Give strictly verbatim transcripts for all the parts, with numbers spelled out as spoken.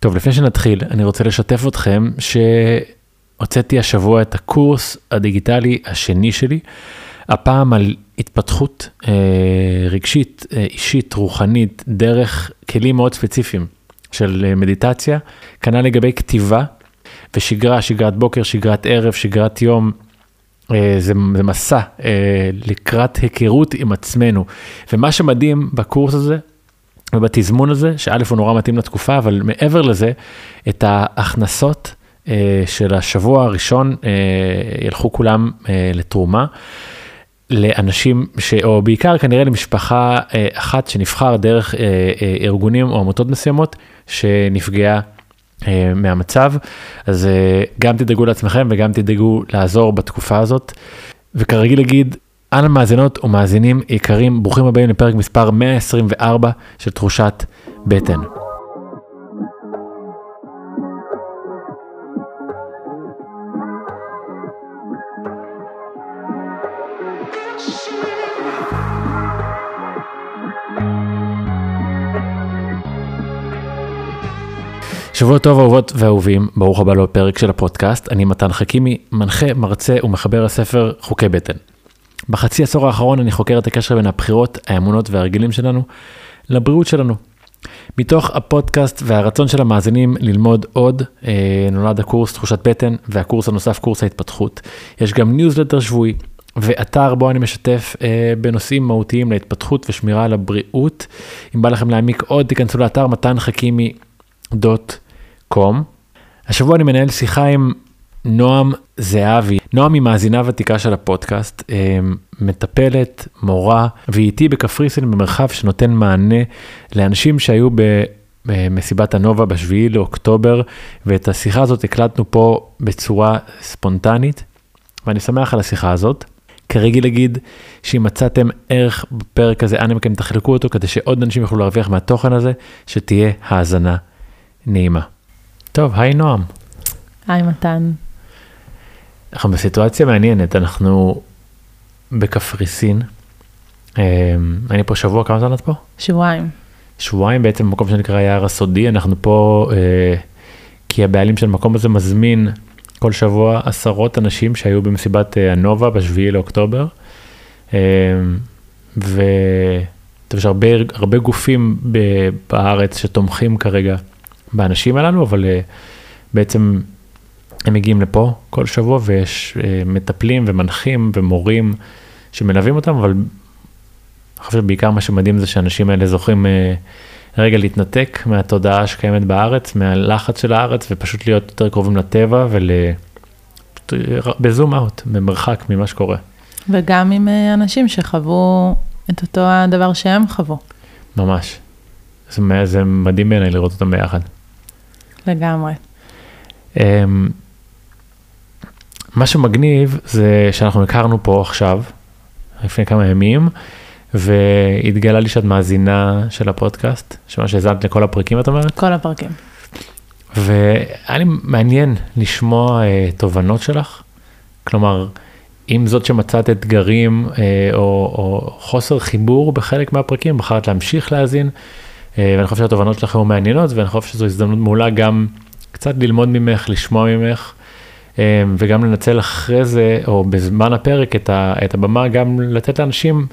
טוב, לפני שנתחיל, אני רוצה לשתף אתכם שהוצאתי השבוע את הקורס הדיגיטלי השני שלי, הפעם על התפתחות אה, רגשית, אה, אישית, רוחנית, דרך כלים מאוד ספציפיים של אה, מדיטציה, כנ"ל לגבי כתיבה ושגרה, שגרת בוקר, שגרת ערב, שגרת יום, אה, זה, זה מסע אה, לקראת היכרות עם עצמנו, ומה שמדהים בקורס הזה, ובתזמון הזה, שא' הוא נורא מתאים לתקופה, אבל מעבר לזה, את ההכנסות אה, של השבוע הראשון, אה, ילכו כולם אה, לתרומה, לאנשים, ש, או בעיקר כנראה למשפחה אה, אחת שנבחר דרך אה, אה, ארגונים או עמותות מסוימות, שנפגעה אה, מהמצב, אז אה, גם תדאגו לעצמכם, וגם תדאגו לעזור בתקופה הזאת, וכרגיל להגיד, אנא מאזינות ומאזינים יקרים, ברוכים הבאים לפרק מספר מאה עשרים וארבע של תחושת בטן. שבוע טוב אהובות ואהובים, ברוך הבא לפרק של הפודקאסט, אני מתן חכימי, מנחה, מרצה ומחבר הספר חוקי בטן. בחצי עשור האחרון אני חוקר את הקשר בין הבחירות, האמונות והרגילים שלנו לבריאות שלנו. מתוך הפודקאסט והרצון של המאזינים ללמוד עוד, אה, נולד הקורס תחושת בטן והקורס הנוסף קורס ההתפתחות. יש גם ניוזלטר שבועי ואתר בו אני משתף אה, בנושאים מהותיים להתפתחות ושמירה על הבריאות. אם בא לכם להעמיק עוד, תיכנסו לאתר מתן חכימי דוט קום. השבוע אני מנהל שיחה עם נועם זהבי. נועם היא מאזינה ותיקה של הפודקאסט, מטפלת, מורה, והיא איתי בקפריסין במרחב שנותן מענה לאנשים שהיו במסיבת הנובה בשביעי לאוקטובר, ואת השיחה הזאת הקלטנו פה בצורה ספונטנית, ואני שמח על השיחה הזאת. כרגיל להגיד שאם מצאתם ערך בפרק הזה, אנא מכם תחלקו אותו, כדי שעוד אנשים יוכלו להרוויח מהתוכן הזה, שתהיה האזנה נעימה. טוב, היי נועם. היי מתן. אנחנו בסיטואציה מעניינת, אנחנו בקפריסין, אני פה שבוע, כמה זמן את פה? שבועיים. שבועיים בעצם במקום שנקרא יער הסודי, אנחנו פה כי הבעלים של המקום הזה מזמין כל שבוע עשרות אנשים שהיו במסיבת הנובה בשביעי לאוקטובר, ויש הרבה, הרבה גופים בארץ שתומכים כרגע באנשים הללו, אבל בעצם הם מגיעים לפה כל שבוע, ויש מטפלים ומנחים ומורים שמלווים אותם, אבל אני חושב שבעיקר מה שמדהים זה שאנשים האלה זוכים רגע להתנתק מהתודעה שקיימת בארץ, מהלחץ של הארץ, ופשוט להיות יותר קרובים לטבע, ובזום אאוט, במרחק ממה שקורה. וגם עם אנשים שחוו את אותו הדבר שהם חוו. ממש. זה, זה מדהים בעיניי לראות אותם ביחד. לגמרי. מה שמגניב זה שאנחנו הכרנו פה עכשיו, לפני כמה ימים, והתגלה לי שאת מאזינה של הפודקאסט, שמה שהזנת לכל הפרקים, את אומרת? כל הפרקים. והיה לי מעניין לשמוע uh, תובנות שלך, כלומר, אם זאת שמצאת אתגרים uh, או, או חוסר חיבור בחלק מהפרקים, בחרת להמשיך להאזין, uh, ואני חושב שהתובנות שלך היו מעניינות, ואני חושב שזו הזדמנות מעולה גם קצת ללמוד ממך, לשמוע ממך, וגם לנצל אחרי זה, או בזמן הפרק, את, ה, את הבמה, גם לתת לאנשים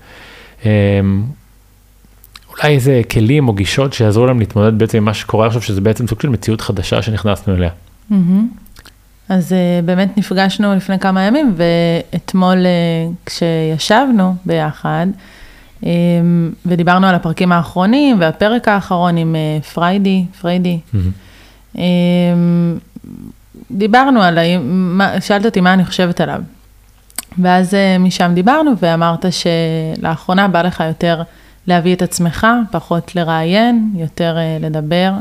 אולי איזה כלים או גישות שיעזרו להם להתמודד בעצם עם מה שקורה, אני חושב שזה בעצם סוג של מציאות חדשה שנכנסנו אליה. אז באמת נפגשנו לפני כמה ימים, ואתמול כשישבנו ביחד, ודיברנו על הפרקים האחרונים, והפרק האחרון עם פריידי, פריידי, דיברנו על, שאלת אותי מה אני חושבת עליו, ואז משם דיברנו, ואמרת שלאחרונה בא לך יותר להביא את עצמך, פחות לראיין, יותר לדבר,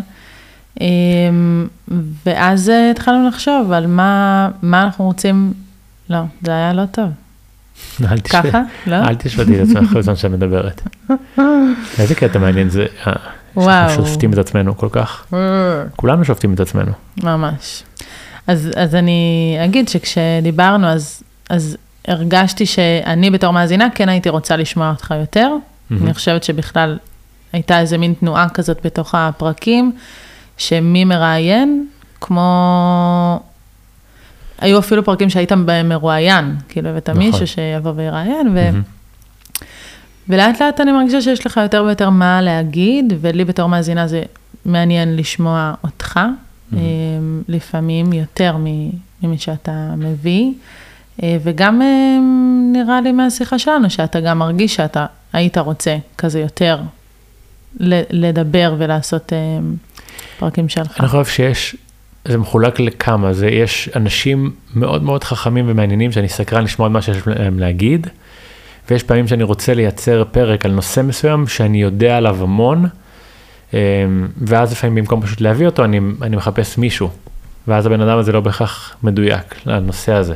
ואז התחלנו לחשוב על מה, מה אנחנו רוצים, לא, זה היה לא טוב. ככה? לא? אל תשוודי את עצמך בזמן שאת מדברת. איזה קטע מעניין זה, שאנחנו שופטים את עצמנו כל כך. כולנו שופטים את עצמנו. ממש. אז, אז אני אגיד שכשדיברנו, אז, אז הרגשתי שאני בתור מאזינה, כן הייתי רוצה לשמוע אותך יותר. אני חושבת שבכלל הייתה איזה מין תנועה כזאת בתוך הפרקים, שמי מראיין, כמו, היו אפילו פרקים שהייתם בהם מרואיין, כאילו הבאת נכון. מישהו שיבוא ויראיין, ו... Mm-hmm. ולאט לאט אני מרגישה שיש לך יותר ויותר מה להגיד, ולי בתור מאזינה זה מעניין לשמוע אותך, mm-hmm. לפעמים יותר ממי שאתה מביא, וגם נראה לי מהשיחה שלנו, שאתה גם מרגיש שאתה היית רוצה כזה יותר לדבר ולעשות פרקים שלך. אני חושב שיש, זה מחולק לכמה, זה יש אנשים מאוד מאוד חכמים ומעניינים, שאני סקרן לשמוע את מה שיש להם להגיד, ויש פעמים שאני רוצה לייצר פרק על נושא מסוים, שאני יודע עליו המון, ואז לפעמים במקום פשוט להביא אותו, אני, אני מחפש מישהו, ואז הבן אדם הזה לא בהכרח מדויק לנושא הזה.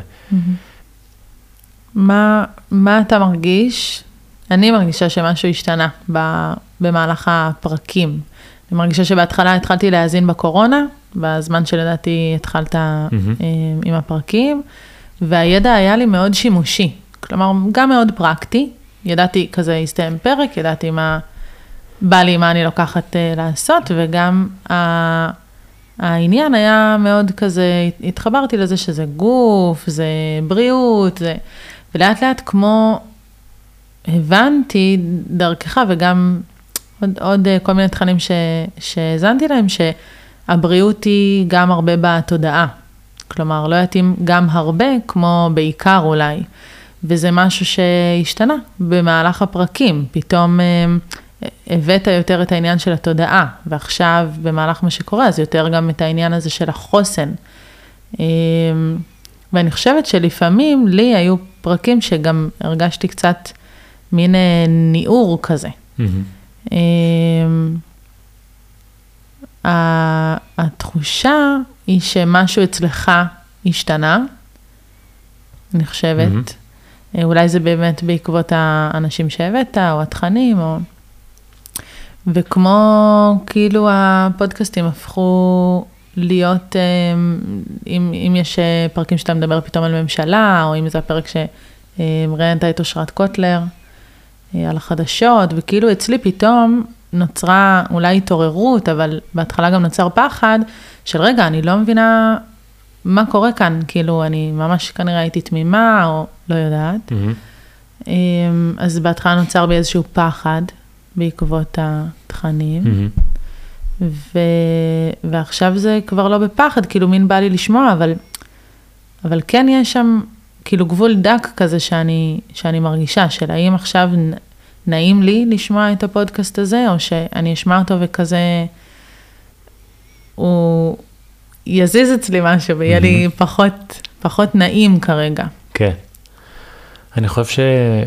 מה, מה אתה מרגיש? אני מרגישה שמשהו השתנה במהלך הפרקים. אני מרגישה שבהתחלה התחלתי להאזין בקורונה, בזמן שלדעתי התחלת mm-hmm. עם הפרקים, והידע היה לי מאוד שימושי. כלומר, גם מאוד פרקטי. ידעתי כזה הסתיים פרק, ידעתי מה בא לי, מה אני לוקחת לעשות, וגם ה... העניין היה מאוד כזה, התחברתי לזה שזה גוף, זה בריאות, זה... ולאט לאט כמו הבנתי דרכך, וגם עוד, עוד כל מיני תכנים ש, שהזנתי להם, שהבריאות היא גם הרבה בתודעה. כלומר, לא יתאים גם הרבה, כמו בעיקר אולי. וזה משהו שהשתנה במהלך הפרקים. פתאום הבאת יותר את העניין של התודעה, ועכשיו במהלך מה שקורה, אז יותר גם את העניין הזה של החוסן. ואני חושבת שלפעמים לי היו פרקים שגם הרגשתי קצת מין ניעור כזה. Mm-hmm. התחושה היא שמשהו אצלך השתנה, אני חושבת. Mm-hmm. אולי זה באמת בעקבות האנשים שהבאת, או התכנים, או... וכמו כאילו הפודקאסטים הפכו להיות, אם, אם יש פרקים שאתה מדבר פתאום על ממשלה, או אם זה הפרק שמראיינת את אושרת קוטלר, על החדשות, וכאילו אצלי פתאום נוצרה אולי התעוררות, אבל בהתחלה גם נוצר פחד, של רגע, אני לא מבינה מה קורה כאן, כאילו אני ממש כנראה הייתי תמימה, או לא יודעת. Mm-hmm. אז בהתחלה נוצר בי איזשהו פחד, בעקבות התכנים, mm-hmm. ו... ועכשיו זה כבר לא בפחד, כאילו מין בא לי לשמוע, אבל, אבל כן יש שם כאילו גבול דק כזה שאני, שאני מרגישה, של האם עכשיו נעים לי לשמוע את הפודקאסט הזה, או שאני אשמע אותו וכזה, הוא יזיז אצלי משהו, ויהיה mm-hmm. לי פחות, פחות נעים כרגע. כן. אני חושב ש...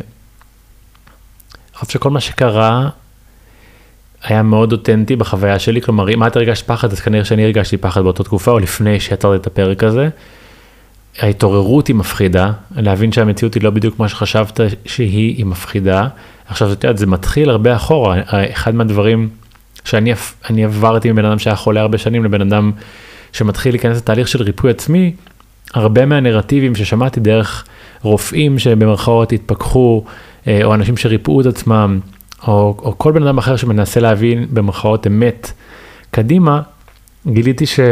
אני חושב שכל מה שקרה היה מאוד אותנטי בחוויה שלי, כלומר, אם את הרגשת פחד, אז כנראה שאני הרגשתי פחד באותה תקופה, או לפני שיצרתי את הפרק הזה. ההתעוררות היא מפחידה, להבין שהמציאות היא לא בדיוק מה שחשבת שהיא, היא מפחידה. עכשיו, זאת אומרת, זה מתחיל הרבה אחורה. אחד מהדברים שאני אני עברתי מבן אדם שהיה חולה הרבה שנים, לבן אדם שמתחיל להיכנס לתהליך של ריפוי עצמי, הרבה מהנרטיבים ששמעתי דרך רופאים שבמרכאות התפכחו, או אנשים שריפאו את עצמם, או, או כל בן אדם אחר שמנסה להבין במרכאות אמת קדימה, גיליתי ש...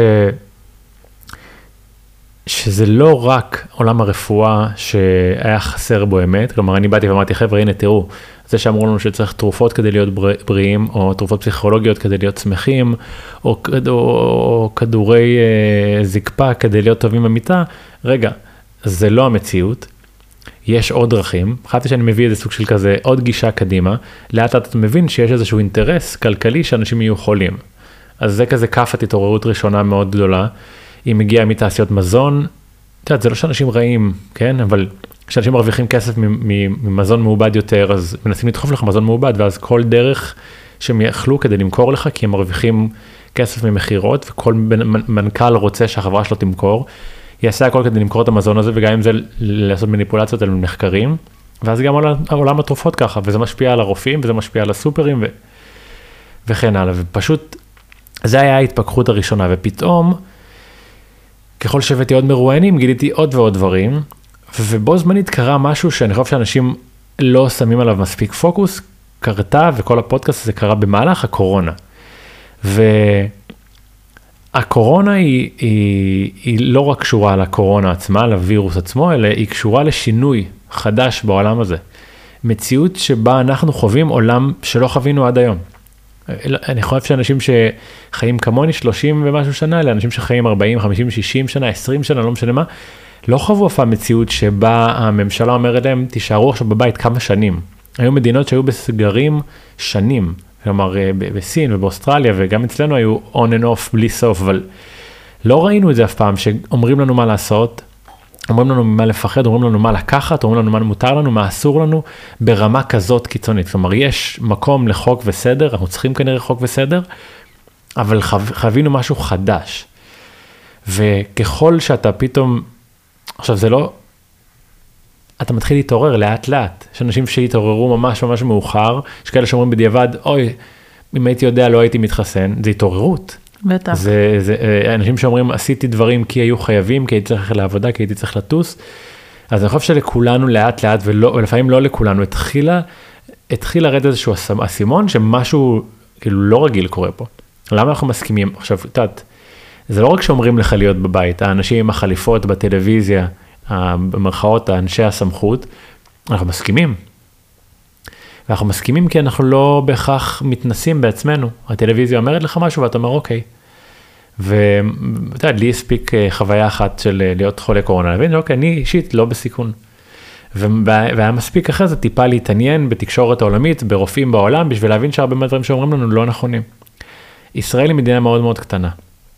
שזה לא רק עולם הרפואה שהיה חסר בו אמת, כלומר אני באתי ואמרתי חבר'ה הנה תראו, זה שאמרו לנו שצריך תרופות כדי להיות בריאים, או תרופות פסיכולוגיות כדי להיות שמחים, או, או, או כדורי אה, זקפה כדי להיות טובים במיטה, רגע, זה לא המציאות, יש עוד דרכים, חשבתי שאני מביא איזה סוג של כזה, עוד גישה קדימה, לאט לאט אתה מבין שיש איזשהו אינטרס כלכלי שאנשים יהיו חולים. אז זה כזה כפת התעוררות ראשונה מאוד גדולה, היא מגיעה מתעשיות מזון, את יודעת, זה לא שאנשים רעים, כן? אבל כשאנשים מרוויחים כסף ממזון מעובד יותר, אז מנסים לדחוף לך מזון מעובד, ואז כל דרך שהם יאכלו כדי למכור לך, כי הם מרוויחים כסף ממחירות, וכל מנכ"ל רוצה שהחברה שלו תמכור, יעשה הכל כדי למכור את המזון הזה, וגם אם זה לעשות מניפולציות על מחקרים, ואז גם עולם התרופות ככה, וזה משפיע על הרופאים, וזה משפיע על הסופרים, ו... וכן הלאה, ופשוט, זה היה ההתפכחות הראשונה, ופתאום, ככל שהבאתי עוד מרואיינים, גיליתי עוד ועוד דברים, ובו זמנית קרה משהו שאני חושב שאנשים לא שמים עליו מספיק פוקוס, קרתה, וכל הפודקאסט הזה קרה במהלך הקורונה. הקורונה היא, היא, היא לא רק קשורה לקורונה עצמה, לווירוס עצמו, אלא היא קשורה לשינוי חדש בעולם הזה. מציאות שבה אנחנו חווים עולם שלא חווינו עד היום. אני חושב שאנשים שחיים כמוני שלושים ומשהו שנה, אלה אנשים שחיים ארבעים, חמישים, שישים שנה, עשרים שנה, לא משנה מה, לא חוו אף מציאות שבה הממשלה אומרת להם, תישארו עכשיו בבית כמה שנים. היו מדינות שהיו בסגרים שנים, כלומר בסין ובאוסטרליה וגם אצלנו היו on and off בלי סוף, אבל לא ראינו את זה אף פעם, שאומרים לנו מה לעשות, אומרים לנו מה לפחד, אומרים לנו מה לקחת, אומרים לנו מה מותר לנו, מה אסור לנו, ברמה כזאת קיצונית. כלומר, יש מקום לחוק וסדר, אנחנו צריכים כנראה חוק וסדר, אבל חווינו משהו חדש. וככל שאתה פתאום, עכשיו זה לא, אתה מתחיל להתעורר לאט לאט. יש אנשים שהתעוררו ממש ממש מאוחר, יש כאלה שאומרים בדיעבד, אוי, אם הייתי יודע לא הייתי מתחסן, זה התעוררות. בטח. זה, זה, אנשים שאומרים, עשיתי דברים כי היו חייבים, כי הייתי צריך ללכת לעבודה, כי הייתי צריך לטוס. אז אני חושב שלכולנו לאט לאט, ולפעמים לא לכולנו, התחילה, התחיל לרדת איזשהו אסימון, שמשהו כאילו לא רגיל קורה פה. למה אנחנו מסכימים? עכשיו, את יודעת, זה לא רק שאומרים לך להיות בבית, האנשים עם החליפות בטלוויזיה, במרכאות, האנשי הסמכות, אנחנו מסכימים. ואנחנו מסכימים כי אנחנו לא בהכרח מתנסים בעצמנו. הטלוויזיה אומרת לך משהו ואתה אומר אוקיי. ואתה יודע, לי הספיק חוויה אחת של להיות חולה קורונה, להבין, אוקיי, אני אישית לא בסיכון. והיה מספיק אחרי זה טיפה להתעניין בתקשורת העולמית, ברופאים בעולם, בשביל להבין שהרבה מהדברים שאומרים לנו לא נכונים. ישראל היא מדינה מאוד מאוד קטנה.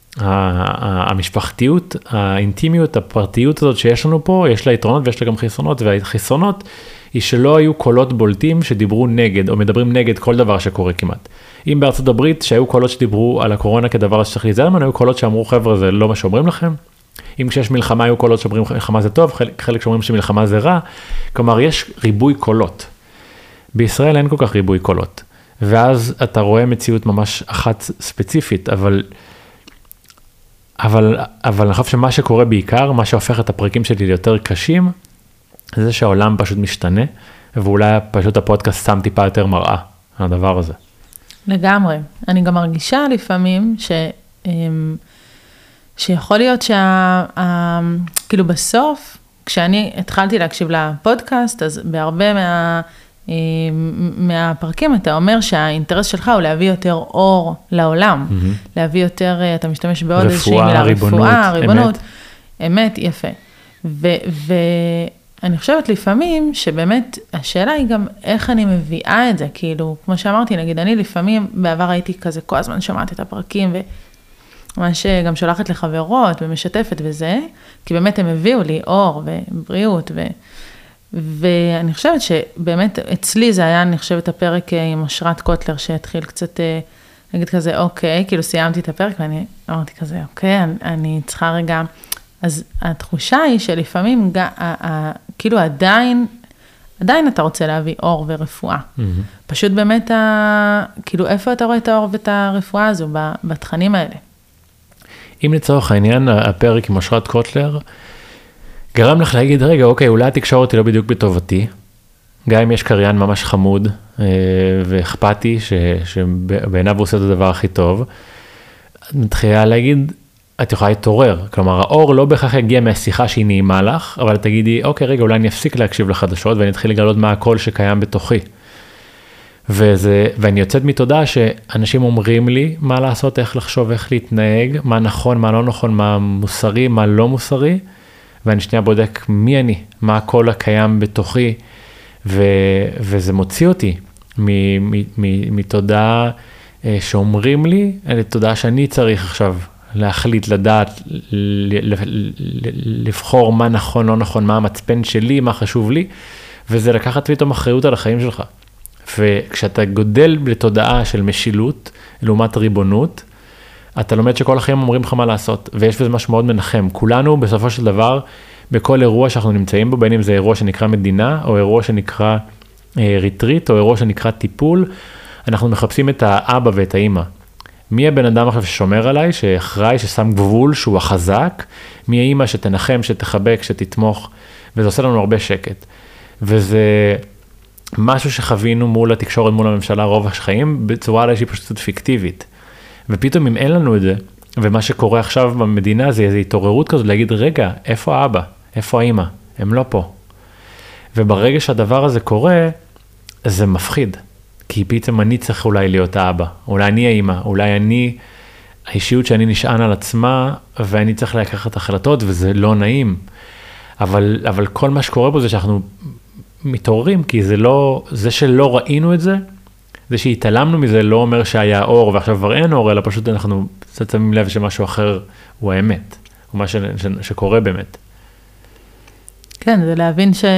המשפחתיות, האינטימיות, הפרטיות הזאת שיש לנו פה, יש לה יתרונות ויש לה גם חיסרונות, והחיסרונות היא שלא היו קולות בולטים שדיברו נגד, או מדברים נגד כל דבר שקורה כמעט. אם בארצות הברית, שהיו קולות שדיברו על הקורונה כדבר שצריך להיזהר ממנו, היו קולות שאמרו, חבר'ה, זה לא מה שאומרים לכם. אם כשיש מלחמה, היו קולות שאומרים, מלחמה זה טוב, חלק, חלק שאומרים שמלחמה זה רע. כלומר, יש ריבוי קולות. בישראל אין כל כך ריבוי קולות. ואז אתה רואה מציאות ממש אחת ספציפית, אבל, אבל, אבל אני חושב שמה שקורה בעיקר, מה שהופך את הפרקים שלי ליותר קשים, זה שהעולם פשוט משתנה, ואולי פשוט הפודקאסט שם טיפה יותר מראה על הדבר הזה. לגמרי. אני גם מרגישה לפעמים ש, שיכול להיות שה, כאילו בסוף, כשאני התחלתי להקשיב לפודקאסט, אז בהרבה מה, מהפרקים אתה אומר שהאינטרס שלך הוא להביא יותר אור לעולם, mm-hmm. להביא יותר, אתה משתמש בעוד איזושהי מילה, רפואה, ריבונות, אמת, יפה. ו, ו, אני חושבת לפעמים שבאמת השאלה היא גם איך אני מביאה את זה, כאילו, כמו שאמרתי, נגיד, אני לפעמים בעבר הייתי כזה, כל הזמן שמעתי את הפרקים, וממש גם שולחת לחברות ומשתפת וזה, כי באמת הם הביאו לי אור ובריאות, ו, ואני חושבת שבאמת אצלי זה היה, אני חושבת, הפרק עם אשרת קוטלר, שהתחיל קצת, נגיד כזה, אוקיי, כאילו סיימתי את הפרק, ואני אמרתי כזה, אוקיי, אני, אני צריכה רגע, אז התחושה היא שלפעמים, כאילו עדיין, עדיין אתה רוצה להביא אור ורפואה. פשוט באמת, כאילו איפה אתה רואה את האור ואת הרפואה הזו בתכנים האלה? אם לצורך העניין, הפרק עם אשרת קוטלר, גרם לך להגיד, רגע, אוקיי, אולי התקשורת היא לא בדיוק בטובתי, גם אם יש קריין ממש חמוד ואכפתי, שבעיניו הוא עושה את הדבר הכי טוב, מתחילה להגיד, את יכולה להתעורר, כלומר, האור לא בהכרח יגיע מהשיחה שהיא נעימה לך, אבל תגידי, אוקיי, רגע, אולי אני אפסיק להקשיב לחדשות, ואני אתחיל לגלות מה הקול שקיים בתוכי. וזה, ואני יוצאת מתודעה שאנשים אומרים לי מה לעשות, איך לחשוב, איך להתנהג, מה נכון, מה לא נכון, מה מוסרי, מה לא מוסרי, ואני שנייה בודק מי אני, מה הקול הקיים בתוכי, ו, וזה מוציא אותי מתודעה שאומרים לי, לתודעה שאני צריך עכשיו, להחליט, לדעת, לבחור מה נכון, לא נכון, מה המצפן שלי, מה חשוב לי, וזה לקחת פתאום אחריות על החיים שלך. וכשאתה גודל לתודעה של משילות, לעומת ריבונות, אתה לומד שכל החיים אומרים לך מה לעשות, ויש בזה משהו מאוד מנחם. כולנו בסופו של דבר, בכל אירוע שאנחנו נמצאים בו, בין אם זה אירוע שנקרא מדינה, או אירוע שנקרא אה, ריטריט, או אירוע שנקרא טיפול, אנחנו מחפשים את האבא ואת האמא. מי הבן אדם עכשיו ששומר עליי, שאחראי, ששם גבול, שהוא החזק, מי האמא שתנחם, שתחבק, שתתמוך, וזה עושה לנו הרבה שקט. וזה משהו שחווינו מול התקשורת, מול הממשלה, רוב החיים, בצורה עליי שהיא פשוט פיקטיבית. ופתאום אם אין לנו את זה, ומה שקורה עכשיו במדינה זה איזו התעוררות כזאת, להגיד, רגע, איפה האבא? איפה האמא? הם לא פה. וברגע שהדבר הזה קורה, זה מפחיד. כי פתאום אני צריך אולי להיות האבא, אולי אני האמא, אולי אני, האישיות שאני נשען על עצמה, ואני צריך לקחת החלטות, וזה לא נעים. אבל, אבל כל מה שקורה פה זה שאנחנו מתעוררים, כי זה לא, זה שלא ראינו את זה, זה שהתעלמנו מזה לא אומר שהיה אור, ועכשיו כבר אין אור, אלא פשוט אנחנו שמים לב שמשהו אחר הוא האמת, או מה ש, ש, שקורה באמת. כן, זה להבין ש...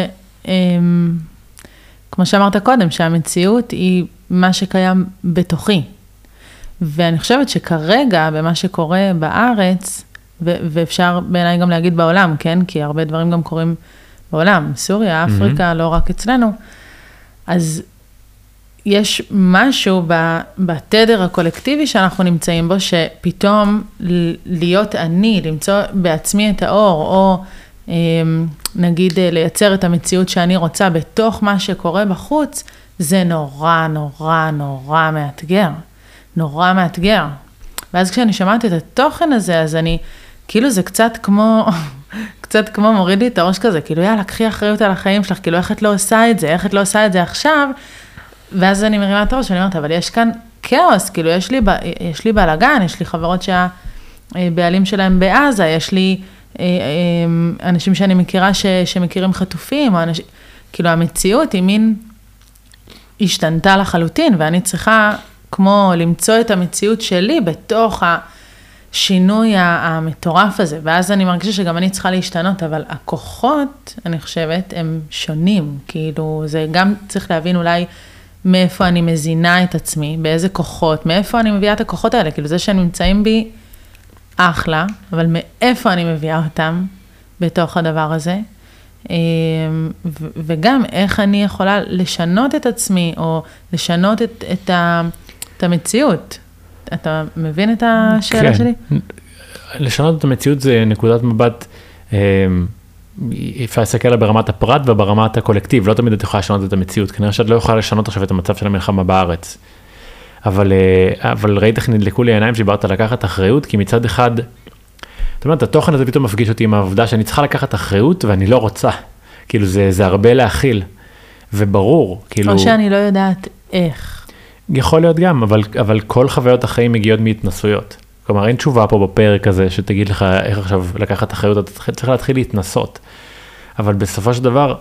כמו שאמרת קודם, שהמציאות היא מה שקיים בתוכי. ואני חושבת שכרגע, במה שקורה בארץ, ו- ואפשר בעיניי גם להגיד בעולם, כן? כי הרבה דברים גם קורים בעולם, סוריה, אפריקה, mm-hmm. לא רק אצלנו. אז יש משהו ב- בתדר הקולקטיבי שאנחנו נמצאים בו, שפתאום להיות אני, למצוא בעצמי את האור, או נגיד לייצר את המציאות שאני רוצה בתוך מה שקורה בחוץ, זה נורא, נורא, נורא מאתגר. נורא מאתגר. ואז כשאני שמעתי את התוכן הזה, אז אני, כאילו זה קצת כמו, קצת כמו מוריד לי את הראש כזה, כאילו יאללה, קחי אחריות על החיים שלך, כאילו איך את לא עושה את זה, איך את לא עושה את זה עכשיו, ואז אני מרימה את הראש, ואני אומרת, אבל יש כאן כאוס, כאילו יש לי, יש לי בלגן, יש לי חברות שהבעלים שלהם בעזה, יש לי אנשים שאני מכירה ש, שמכירים חטופים, או אנשים, כאילו המציאות היא מין השתנתה לחלוטין, ואני צריכה כמו למצוא את המציאות שלי בתוך השינוי המטורף הזה, ואז אני מרגישה שגם אני צריכה להשתנות, אבל הכוחות, אני חושבת, הם שונים, כאילו זה גם צריך להבין אולי מאיפה אני מזינה את עצמי, באיזה כוחות, מאיפה אני מביאה את הכוחות האלה, כאילו זה שהם נמצאים בי, אחלה, אבל מאיפה אני מביאה אותם בתוך הדבר הזה, וגם איך אני יכולה לשנות את עצמי, או לשנות את, את, ה, את המציאות. אתה מבין את השאלה כן. שלי? לשנות את המציאות זה נקודת מבט, אפשר להסתכל ברמת הפרט וברמת הקולקטיב, לא תמיד את יכולה לשנות את המציאות, כנראה שאת לא יכולה לשנות עכשיו את המצב של המלחמה בארץ. אבל, אבל ראית איך נדלקו לי העיניים שדיברת לקחת אחריות, כי מצד אחד, זאת אומרת, התוכן הזה פתאום מפגיש אותי עם העובדה שאני צריכה לקחת אחריות ואני לא רוצה. כאילו זה, זה הרבה להכיל, וברור, כאילו... או שאני לא יודעת איך. יכול להיות גם, אבל, אבל כל חוויות החיים מגיעות מהתנסויות. כלומר, אין תשובה פה בפרק הזה שתגיד לך איך עכשיו לקחת אחריות, אתה צריך להתחיל להתנסות. אבל בסופו של דבר,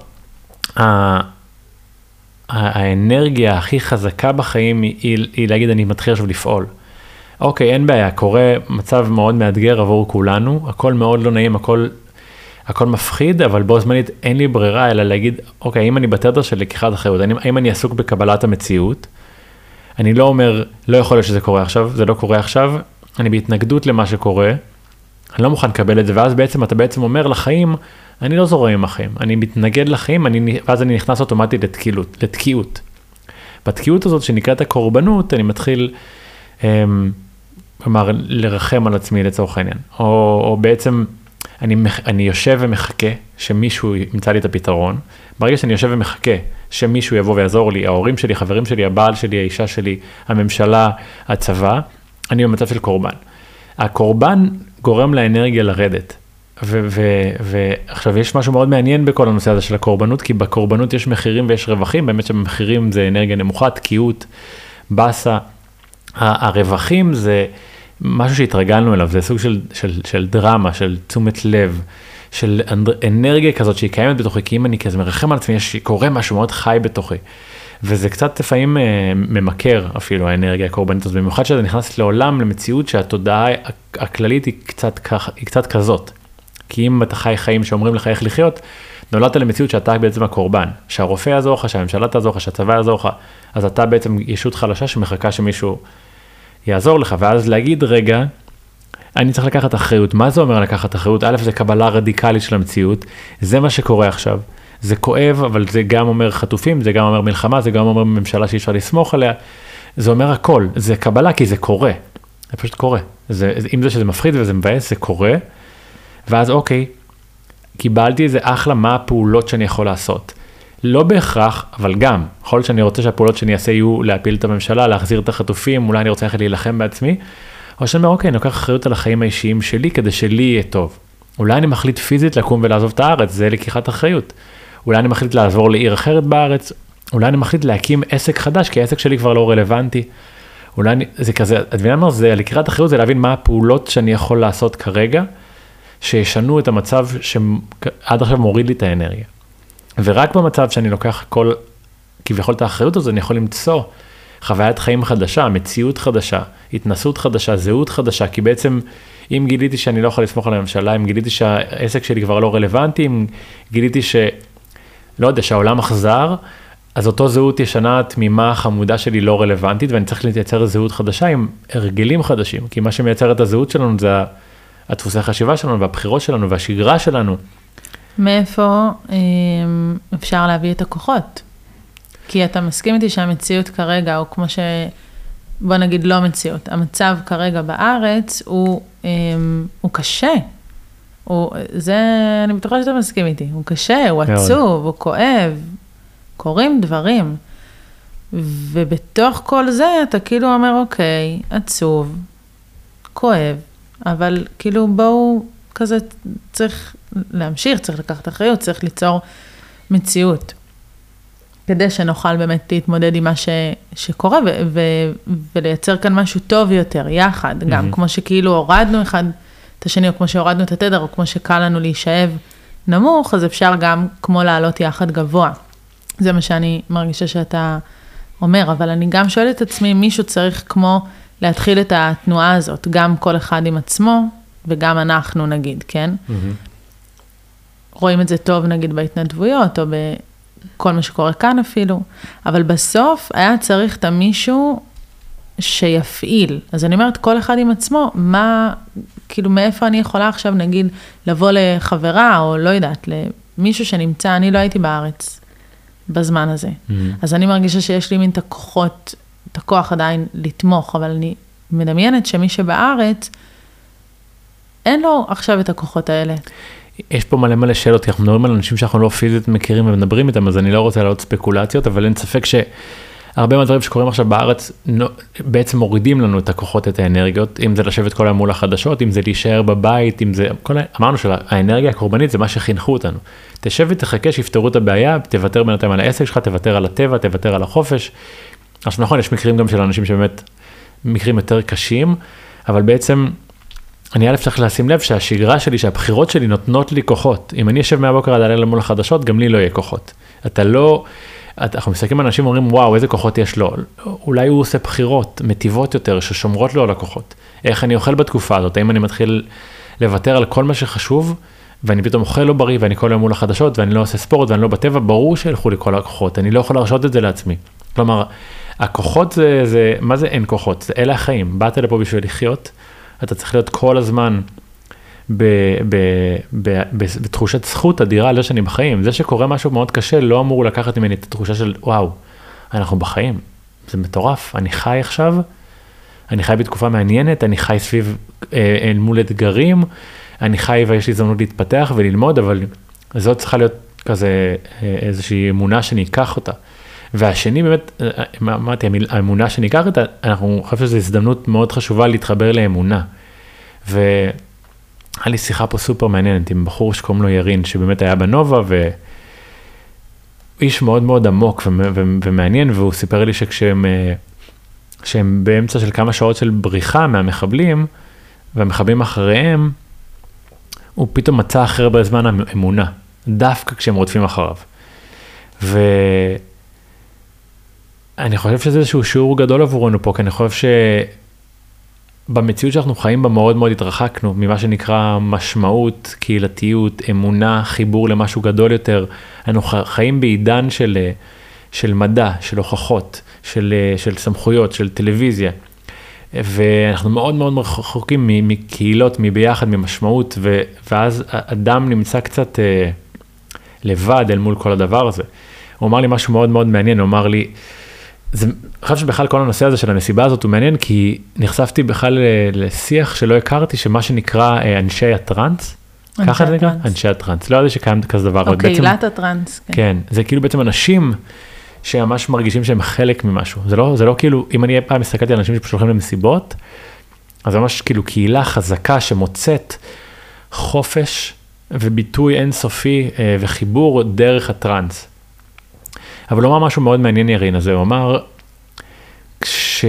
האנרגיה הכי חזקה בחיים היא, היא, היא להגיד, אני מתחיל עכשיו לפעול. אוקיי, אין בעיה, קורה מצב מאוד מאתגר עבור כולנו, הכל מאוד לא נעים, הכל, הכל מפחיד, אבל בו זמנית אין לי ברירה, אלא להגיד, אוקיי, האם אני בתדר של לקיחת אחריות, האם אני עסוק בקבלת המציאות, אני לא אומר, לא יכול להיות שזה קורה עכשיו, זה לא קורה עכשיו, אני בהתנגדות למה שקורה, אני לא מוכן לקבל את זה, ואז בעצם אתה בעצם אומר לחיים, אני לא זורם עם החיים, אני מתנגד לחיים, אני, ואז אני נכנס אוטומטית לתקיעות, לתקיעות. בתקיעות הזאת שנקראת הקורבנות, אני מתחיל, כלומר, לרחם על עצמי לצורך העניין, או, או בעצם אני, אני יושב ומחכה שמישהו ימצא לי את הפתרון, ברגע שאני יושב ומחכה שמישהו יבוא ויעזור לי, ההורים שלי, חברים שלי, הבעל שלי, האישה שלי, הממשלה, הצבא, אני במצב של קורבן. הקורבן גורם לאנרגיה לרדת, ועכשיו יש משהו מאוד מעניין בכל הנושא הזה של הקורבנות, כי בקורבנות יש מחירים ויש רווחים, באמת שמחירים זה אנרגיה נמוכה, תקיעות, בסה, הרווחים זה משהו שהתרגלנו אליו, זה סוג של, של, של דרמה, של תשומת לב, של אנרגיה כזאת שהיא קיימת בתוכי, כי אם אני כזה מרחם על עצמי, יש, קורה משהו מאוד חי בתוכי, וזה קצת לפעמים ממכר אפילו האנרגיה הקורבנית הזאת, במיוחד שאתה נכנס לעולם, למציאות שהתודעה הכללית היא קצת, היא קצת כזאת, כי אם אתה חי חיים שאומרים לך איך לחיות, נולדת למציאות שאתה בעצם הקורבן, שהרופא יעזור לך, שהממשלה תעזור לך, שהצבא יעזור לך, אז אתה בעצם ישות חלשה שמחכה שמישהו יעזור לך, ואז להגיד רגע, אני צריך לקחת אחריות. מה זה אומר לקחת אחריות? א', זה קבלה רדיקלית של המציאות, זה מה שקורה עכשיו. זה כואב, אבל זה גם אומר חטופים, זה גם אומר מלחמה, זה גם אומר ממשלה שאי אפשר לסמוך עליה. זה אומר הכל, זה קבלה כי זה קורה. זה פשוט קורה. זה, אם זה שזה מפחיד וזה מבאס, זה קורה. ואז אוקיי, קיבלתי איזה אחלה מה הפעולות שאני יכול לעשות. לא בהכרח, אבל גם, יכול להיות שאני רוצה שהפעולות שאני אעשה יהיו להפיל את הממשלה, להחזיר את החטופים, אולי אני רוצה ללכת להילחם בעצמי, או שאני אומר, אוקיי, אני לוקח אחריות על החיים האישיים שלי, כדי שלי יהיה טוב. אולי אני מחליט פיזית לקום ולעזוב את הארץ, זה לקיחת אחריות. אולי אני מחליט לעבור לעיר אחרת בארץ, אולי אני מחליט להקים עסק חדש, כי העסק שלי כבר לא רלוונטי. אולי אני, זה כזה, את מבינה מה זה, לקיחת אחריות זה להבין מה הפעולות שאני יכול לעשות כרגע, שישנו את המצב שעד עכשיו מוריד לי את האנרגיה. ורק במצב שאני לוקח כל, כביכול את האחריות הזו, אני יכול למצוא חוויית חיים חדשה, מציאות חדשה, התנסות חדשה, זהות חדשה, כי בעצם אם גיליתי שאני לא יכול לסמוך על הממשלה, אם גיליתי שהעסק שלי כבר לא רלוונטי, אם גיליתי ש, לא יודע, שהעולם אכזר, אז אותו זהות ישנה תמימה חמודה שלי לא רלוונטית, ואני צריך לייצר זהות חדשה עם הרגלים חדשים, כי מה שמייצר את הזהות שלנו זה הדפוסי החשיבה שלנו, והבחירות שלנו, והשגרה שלנו. מאיפה אפשר להביא את הכוחות? כי אתה מסכים איתי שהמציאות כרגע, או כמו ש... בוא נגיד לא מציאות, המצב כרגע בארץ הוא, הוא קשה. הוא, זה, אני בטוחה שאתה מסכים איתי. הוא קשה, הוא עצוב, הוא כואב, קורים דברים. ובתוך כל זה אתה כאילו אומר, אוקיי, עצוב, כואב, אבל כאילו בואו כזה צריך להמשיך, צריך לקחת אחריות, צריך ליצור מציאות. כדי שנוכל באמת להתמודד עם מה ש, שקורה, ו, ו, ולייצר כאן משהו טוב יותר, יחד, mm-hmm. גם כמו שכאילו הורדנו אחד את השני, או כמו שהורדנו את התדר, או כמו שקל לנו להישאב נמוך, אז אפשר גם כמו לעלות יחד גבוה. זה מה שאני מרגישה שאתה אומר, אבל אני גם שואלת את עצמי, מישהו צריך כמו להתחיל את התנועה הזאת, גם כל אחד עם עצמו, וגם אנחנו נגיד, כן? Mm-hmm. רואים את זה טוב נגיד בהתנדבויות, או ב... כל מה שקורה כאן אפילו, אבל בסוף היה צריך את מישהו שיפעיל. אז אני אומרת, כל אחד עם עצמו, מה, כאילו מאיפה אני יכולה עכשיו, נגיד, לבוא לחברה, או לא יודעת, למישהו שנמצא, אני לא הייתי בארץ בזמן הזה. Mm-hmm. אז אני מרגישה שיש לי מין את הכוחות, את הכוח עדיין לתמוך, אבל אני מדמיינת שמי שבארץ, אין לו עכשיו את הכוחות האלה. יש פה מלא מלא שאלות, כי אנחנו מדברים על אנשים שאנחנו לא פיזית מכירים ומדברים איתם, אז אני לא רוצה לעלות ספקולציות, אבל אין ספק שהרבה מהדברים שקורים עכשיו בארץ, בעצם מורידים לנו את הכוחות, את האנרגיות, אם זה לשבת כל היום מול החדשות, אם זה להישאר בבית, אם זה, כל, אמרנו שהאנרגיה הקורבנית זה מה שחינכו אותנו. תשב ותחכה שיפתרו את הבעיה, תוותר בינתיים על העסק שלך, תוותר על הטבע, תוותר על החופש. אז נכון, יש מקרים גם של אנשים שבאמת, מקרים יותר קשים, אבל בעצם, אני א' צריך לשים לב שהשגרה שלי, שהבחירות שלי נותנות לי כוחות. אם אני יושב מהבוקר עד הלילה מול החדשות, גם לי לא יהיה כוחות. אתה לא, אנחנו מסתכלים על אנשים ואומרים, וואו, איזה כוחות יש לו. אולי הוא עושה בחירות מטיבות יותר, ששומרות לו על הכוחות. איך אני אוכל בתקופה הזאת? האם אני מתחיל לוותר על כל מה שחשוב, ואני פתאום אוכל לא בריא, ואני כל היום מול החדשות, ואני לא עושה ספורט, ואני לא בטבע, ברור שילכו לי כל הכוחות. אני לא יכול להרשות את זה לעצמי. כלומר, הכוחות זה, זה, מה זה אין כוחות? זה אלה החיים. באת לפה בשביל לחיות, אתה צריך להיות כל הזמן ב, ב, ב, ב, בתחושת זכות אדירה על זה שאני בחיים. זה שקורה משהו מאוד קשה, לא אמור לקחת ממני את התחושה של, וואו, אנחנו בחיים. זה מטורף. אני חי עכשיו, אני חי בתקופה מעניינת, אני חי סביב, אל מול אתגרים, אני חי ויש לי הזדמנות להתפתח וללמוד, אבל זאת צריכה להיות כזה איזושהי אמונה שאני אקח אותה. והשני באמת, אמרתי, האמונה שאני אקח אותה, אנחנו חושב שזו הזדמנות מאוד חשובה להתחבר לאמונה. והיה לי שיחה פה סופר מעניינת עם בחור שקוראים לו ירין, שבאמת היה בנובה, ואיש מאוד מאוד עמוק ומעניין, והוא סיפר לי שכשהם שהם באמצע של כמה שעות של בריחה מהמחבלים, והמחבלים אחריהם, הוא פתאום מצא אחר בזמן האמונה, דווקא כשהם רודפים אחריו. ו... אני חושב שזה איזשהו שיעור גדול עבורנו פה, כי אני חושב שבמציאות שאנחנו חיים בה מאוד מאוד התרחקנו, ממה שנקרא משמעות, קהילתיות, אמונה, חיבור למשהו גדול יותר. אנחנו חיים בעידן של, של מדע, של הוכחות, של, של סמכויות, של טלוויזיה, ואנחנו מאוד מאוד רחוקים מקהילות, מביחד, ממשמעות, ו, ואז אדם נמצא קצת לבד אל מול כל הדבר הזה. הוא אמר לי משהו מאוד מאוד מעניין, הוא אמר לי, זה, אני חושב שבכלל כל הנושא הזה של המסיבה הזאת הוא מעניין, כי נחשפתי בכלל לשיח שלא הכרתי, שמה שנקרא אנשי הטרנס, ככה זה נקרא? אנשי הטרנס, לא יודע שקיים כזה דבר. או קהילת הטרנס. כן, זה כאילו בעצם אנשים שממש מרגישים שהם חלק ממשהו, זה לא, זה לא כאילו, אם אני פעם מסתכלתי על אנשים ששולחים למסיבות, אז זה ממש כאילו קהילה חזקה שמוצאת חופש וביטוי אינסופי וחיבור דרך הטרנס. אבל הוא אמר משהו מאוד מעניין ירין הזה, הוא אמר כש...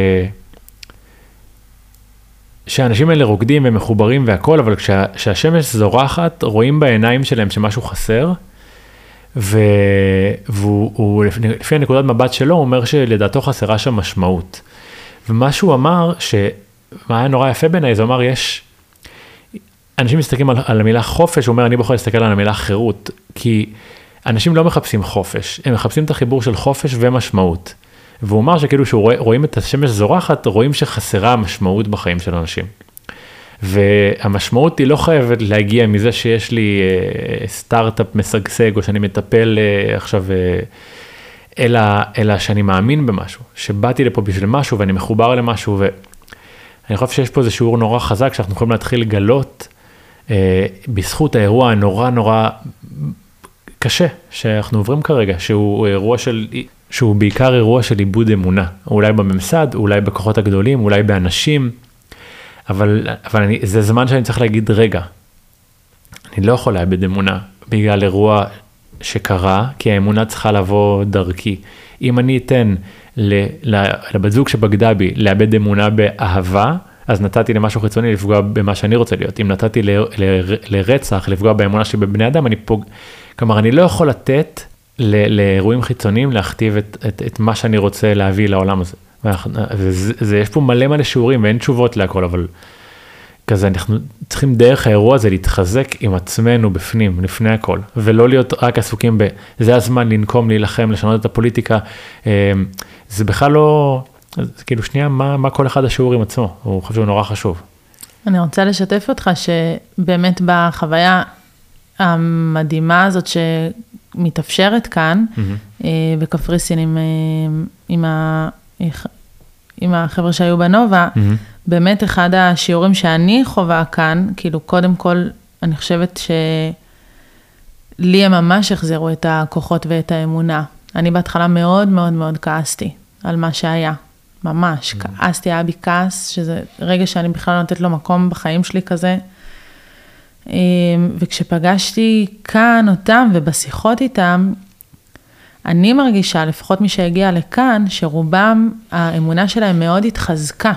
שהאנשים האלה רוקדים ומחוברים והכל, אבל כשה... כשהשמש זורחת, רואים בעיניים שלהם שמשהו חסר, ו... והוא הוא, לפי הנקודת מבט שלו, הוא אומר שלדעתו חסרה שם משמעות. ומה שהוא אמר, שמה היה נורא יפה בעיניי, זה אומר, יש... אנשים מסתכלים על, על המילה חופש, הוא אומר, אני בוחר להסתכל על המילה חירות, כי אנשים לא מחפשים חופש, הם מחפשים את החיבור של חופש ומשמעות. והוא אמר שכאילו שרואים את השמש זורחת, רואים שחסרה המשמעות בחיים של אנשים. והמשמעות היא לא חייבת להגיע מזה שיש לי אה, סטארט-אפ משגשג, או שאני מטפל אה, עכשיו, אה, אלא, אלא שאני מאמין במשהו, שבאתי לפה בשביל משהו, ואני מחובר למשהו, ואני חושב שיש פה איזה שיעור נורא חזק, שאנחנו יכולים להתחיל לגלות, אה, בזכות האירוע הנורא נורא קשה, שאנחנו עוברים כרגע, שהוא אירוע של... שהוא בעיקר אירוע של איבוד אמונה, אולי בממסד, אולי בכוחות הגדולים, אולי באנשים, אבל, אבל אני, זה זמן שאני צריך להגיד, רגע, אני לא יכול לאבד אמונה בגלל אירוע שקרה, כי האמונה צריכה לבוא דרכי. אם אני אתן לבת זוג שבגדה בי לאבד אמונה באהבה, אז נתתי למשהו חיצוני לפגוע במה שאני רוצה להיות. אם נתתי ל, ל, לרצח, לפגוע באמונה שלי בבני אדם, אני פוג... כלומר, אני לא יכול לתת לאירועים חיצוניים להכתיב את, את, את מה שאני רוצה להביא לעולם הזה. וזה, זה, יש פה מלא מלא שיעורים ואין תשובות להכל, אבל כזה אנחנו צריכים דרך האירוע הזה להתחזק עם עצמנו בפנים, לפני הכל, ולא להיות רק עסוקים ב, זה הזמן לנקום, להילחם, לשנות את הפוליטיקה. זה בכלל לא, זה כאילו שנייה, מה, מה כל אחד השיעור עם עצמו, הוא חושב שהוא נורא חשוב. אני רוצה לשתף אותך שבאמת בחוויה המדהימה הזאת ש... מתאפשרת כאן, mm-hmm. בקפריסין עם, עם, ה, עם החבר'ה שהיו בנובה, mm-hmm. באמת אחד השיעורים שאני חובה כאן, כאילו קודם כל אני חושבת שלי הם ממש החזירו את הכוחות ואת האמונה. אני בהתחלה מאוד מאוד מאוד כעסתי על מה שהיה, ממש, mm-hmm. כעסתי, היה בי כעס, שזה רגע שאני בכלל נותנת לו מקום בחיים שלי כזה, וכשפגשתי כאן אותם ובשיחות איתם, אני מרגישה, לפחות מי שהגיע לכאן, שרובם, האמונה שלהם מאוד התחזקה.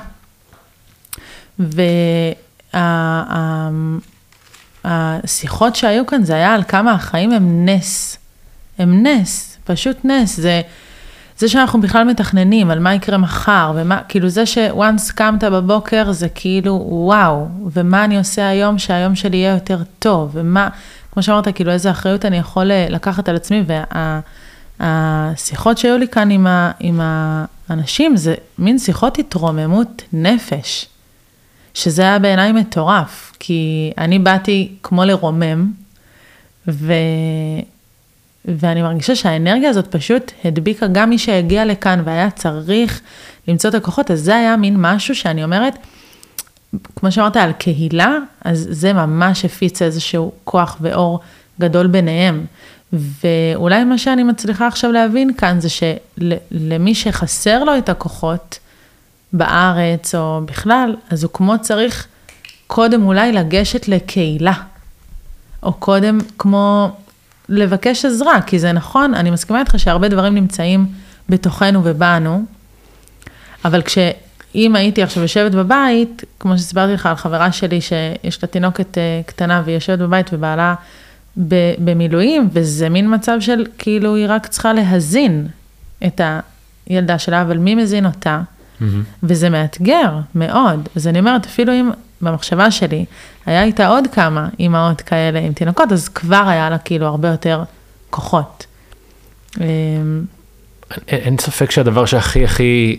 והשיחות שהיו כאן, זה היה על כמה החיים הם נס. הם נס, פשוט נס. זה, זה שאנחנו בכלל מתכננים על מה יקרה מחר, ומה, כאילו זה ש-once קמת בבוקר, זה כאילו וואו, ומה אני עושה היום, שהיום שלי יהיה יותר טוב, ומה, כמו שאמרת, כאילו איזה אחריות אני יכול לקחת על עצמי, והשיחות שהיו לי כאן עם, ה, עם האנשים, זה מין שיחות התרוממות נפש, שזה היה בעיניי מטורף, כי אני באתי כמו לרומם, ו... ואני מרגישה שהאנרגיה הזאת פשוט הדביקה גם מי שהגיע לכאן והיה צריך למצוא את הכוחות, אז זה היה מין משהו שאני אומרת, כמו שאמרת על קהילה, אז זה ממש הפיץ איזשהו כוח ואור גדול ביניהם. ואולי מה שאני מצליחה עכשיו להבין כאן, זה שלמי שחסר לו את הכוחות בארץ או בכלל, אז הוא כמו צריך קודם אולי לגשת לקהילה, או קודם כמו... לבקש עזרה, כי זה נכון, אני מסכימה איתך שהרבה דברים נמצאים בתוכנו ובנו, אבל כשאם הייתי עכשיו יושבת בבית, כמו שסיפרתי לך על חברה שלי שיש לה תינוקת קטנה והיא יושבת בבית ובעלה במילואים, וזה מין מצב של כאילו היא רק צריכה להזין את הילדה שלה, אבל מי מזין אותה? Mm-hmm. וזה מאתגר מאוד. אז אני אומרת, אפילו אם במחשבה שלי היה איתה עוד כמה אימהות כאלה עם תינוקות, אז כבר היה לה כאילו הרבה יותר כוחות. אין, אין ספק שהדבר שהכי הכי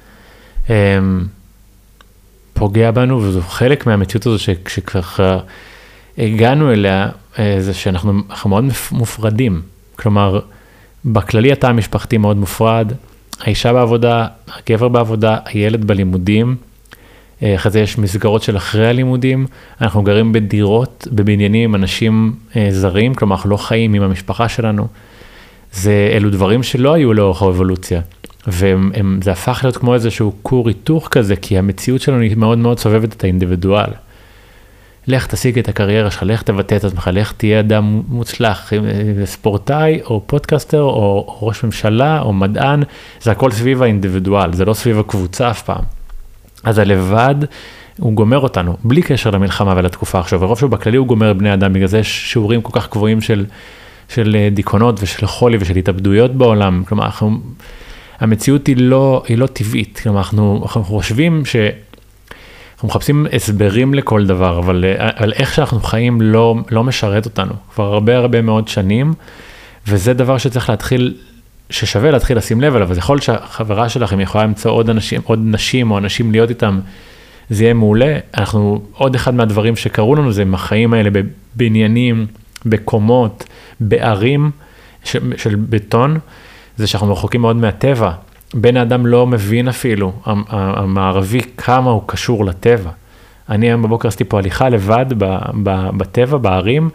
פוגע בנו, וזו חלק מהמציאות הזו שכשכבר הגענו אליה, זה שאנחנו מאוד מופרדים. כלומר, בכללי התא המשפחתי מאוד מופרד, האישה בעבודה, הגבר בעבודה, הילד בלימודים, אחרי זה יש מסגרות של אחרי הלימודים, אנחנו גרים בדירות, בבניינים עם אנשים זרים, כלומר אנחנו לא חיים עם המשפחה שלנו, זה אלו דברים שלא היו לאורך האבולוציה. וזה הפך להיות כמו איזשהו כור היתוך כזה, כי המציאות שלנו היא מאוד מאוד סובבת את האינדיבידואל. לך תשיג את הקריירה שלך, לך תבטא את עצמך, לך תהיה אדם מוצלח, ספורטאי או פודקאסטר או ראש ממשלה או מדען, זה הכל סביב האינדיבידואל, זה לא סביב הקבוצה אף פעם. אז הלבד הוא גומר אותנו, בלי קשר למלחמה ולתקופה עכשיו, ורוב שהוא בכללי הוא גומר בני אדם, בגלל זה יש שיעורים כל כך גבוהים של, של דיכאונות ושל חולי ושל התאבדויות בעולם, כלומר, אנחנו, המציאות היא לא, היא לא טבעית, כלומר, אנחנו, אנחנו חושבים ש... אנחנו מחפשים הסברים לכל דבר, אבל, אבל איך שאנחנו חיים לא, לא משרת אותנו, כבר הרבה הרבה מאוד שנים, וזה דבר שצריך להתחיל, ששווה להתחיל לשים לב אליו, אז יכול להיות שהחברה שלכם יכולה למצוא עוד אנשים, עוד נשים או אנשים להיות איתם, זה יהיה מעולה. אנחנו, עוד אחד מהדברים שקרו לנו, זה עם החיים האלה בבניינים, בקומות, בערים של, של בטון, זה שאנחנו רחוקים מאוד מהטבע, בן האדם לא מבין אפילו, המערבי כמה הוא קשור לטבע. אני היום בבוקר עשיתי פה הליכה לבד בטבע, בערים,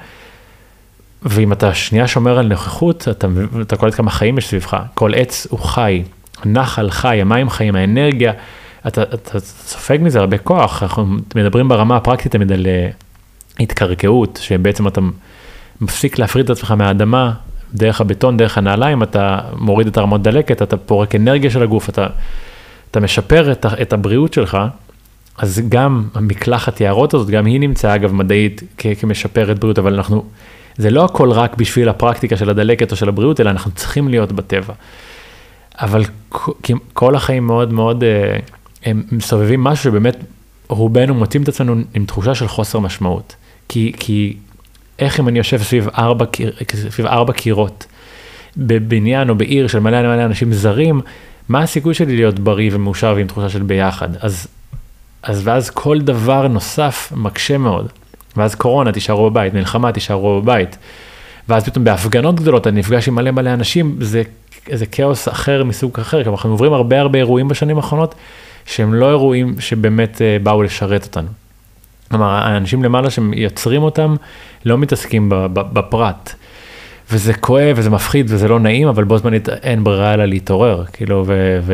ואם אתה שנייה שומר על נוכחות, אתה, אתה קולט כמה חיים יש סביבך. כל עץ הוא חי, נחל חי, המים חיים, האנרגיה, אתה, אתה סופג מזה הרבה כוח. אנחנו מדברים ברמה הפרקטית תמיד על התקרקעות, שבעצם אתה מפסיק להפריד את עצמך מהאדמה, דרך הבטון, דרך הנעליים, אתה מוריד את הרמות דלקת, אתה פורק אנרגיה של הגוף, אתה, אתה משפר את, את הבריאות שלך, אז גם המקלחת יערות הזאת, גם היא נמצאה אגב מדעית כ, כמשפרת בריאות, אבל אנחנו, זה לא הכל רק בשביל הפרקטיקה של הדלקת או של הבריאות, אלא אנחנו צריכים להיות בטבע. אבל כל החיים מאוד מאוד, הם מסובבים משהו שבאמת רובנו מוצאים את עצמנו עם תחושה של חוסר משמעות, כי, כי איך אם אני יושב סביב ארבע, סביב ארבע קירות, בבניין או בעיר של מלא מלא אנשים זרים, מה הסיכוי שלי להיות בריא ומאושר ועם תחושה של ביחד? אז, אז ואז כל דבר נוסף מקשה מאוד. ואז קורונה תישארו בבית, מלחמה תישארו בבית. ואז פתאום בהפגנות גדולות, אני נפגש עם מלא מלא אנשים, זה, זה כאוס אחר מסוג אחר. כלומר, אנחנו עוברים הרבה הרבה אירועים בשנים האחרונות, שהם לא אירועים שבאמת באו לשרת אותנו. כלומר, האנשים למעלה שיוצרים אותם, לא מתעסקים בפרט. וזה כואב, וזה מפחיד, וזה לא נעים, אבל בו זמנית אין ברירה אלא להתעורר, כאילו, ו, ו,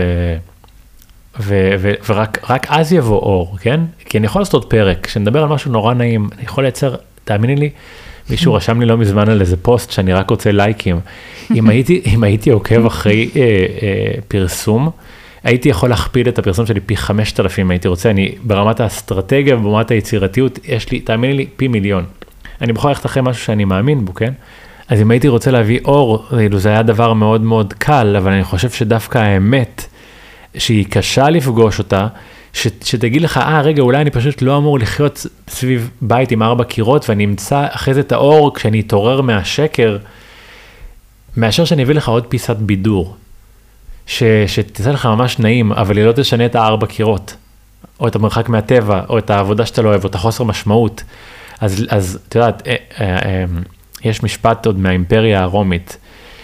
ו, ו, ורק רק אז יבוא אור, כן? כי אני יכול לעשות פרק, שנדבר על משהו נורא נעים, אני יכול לייצר, תאמיני לי, מישהו רשם לי לא מזמן על איזה פוסט, שאני רק רוצה לייקים. אם הייתי, אם הייתי עוקב אחרי אה, אה, פרסום, הייתי יכול להכפיל את הפרסום שלי פי חמשת אלפים, הייתי רוצה, אני ברמת האסטרטגיה, ברמת היצירתיות, יש לי, תאמיני לי, פי מיליון. אני בכל ללכת אחרי משהו שאני מאמין בו, כן? אז אם הייתי רוצה להביא אור, זה היה דבר מאוד מאוד קל, אבל אני חושב שדווקא האמת, שהיא קשה לפגוש אותה, ש, שתגיד לך, אה, רגע, אולי אני פשוט לא אמור לחיות סביב בית עם ארבע קירות, ואני אמצא אחרי זה את האור, כשאני אתעורר מהשקר, מאשר שאני אביא לך עוד פיסת בידור, ש, שתצא לך ממש נעים, אבל היא לא תשנה את הארבע קירות, או את המרחק מהטבע, או את העבודה שאתה לא אוהב, או את החוסר משמעות. אז, אז את יודעת, אה, אה, אה, יש משפט עוד מהאימפריה הרומית,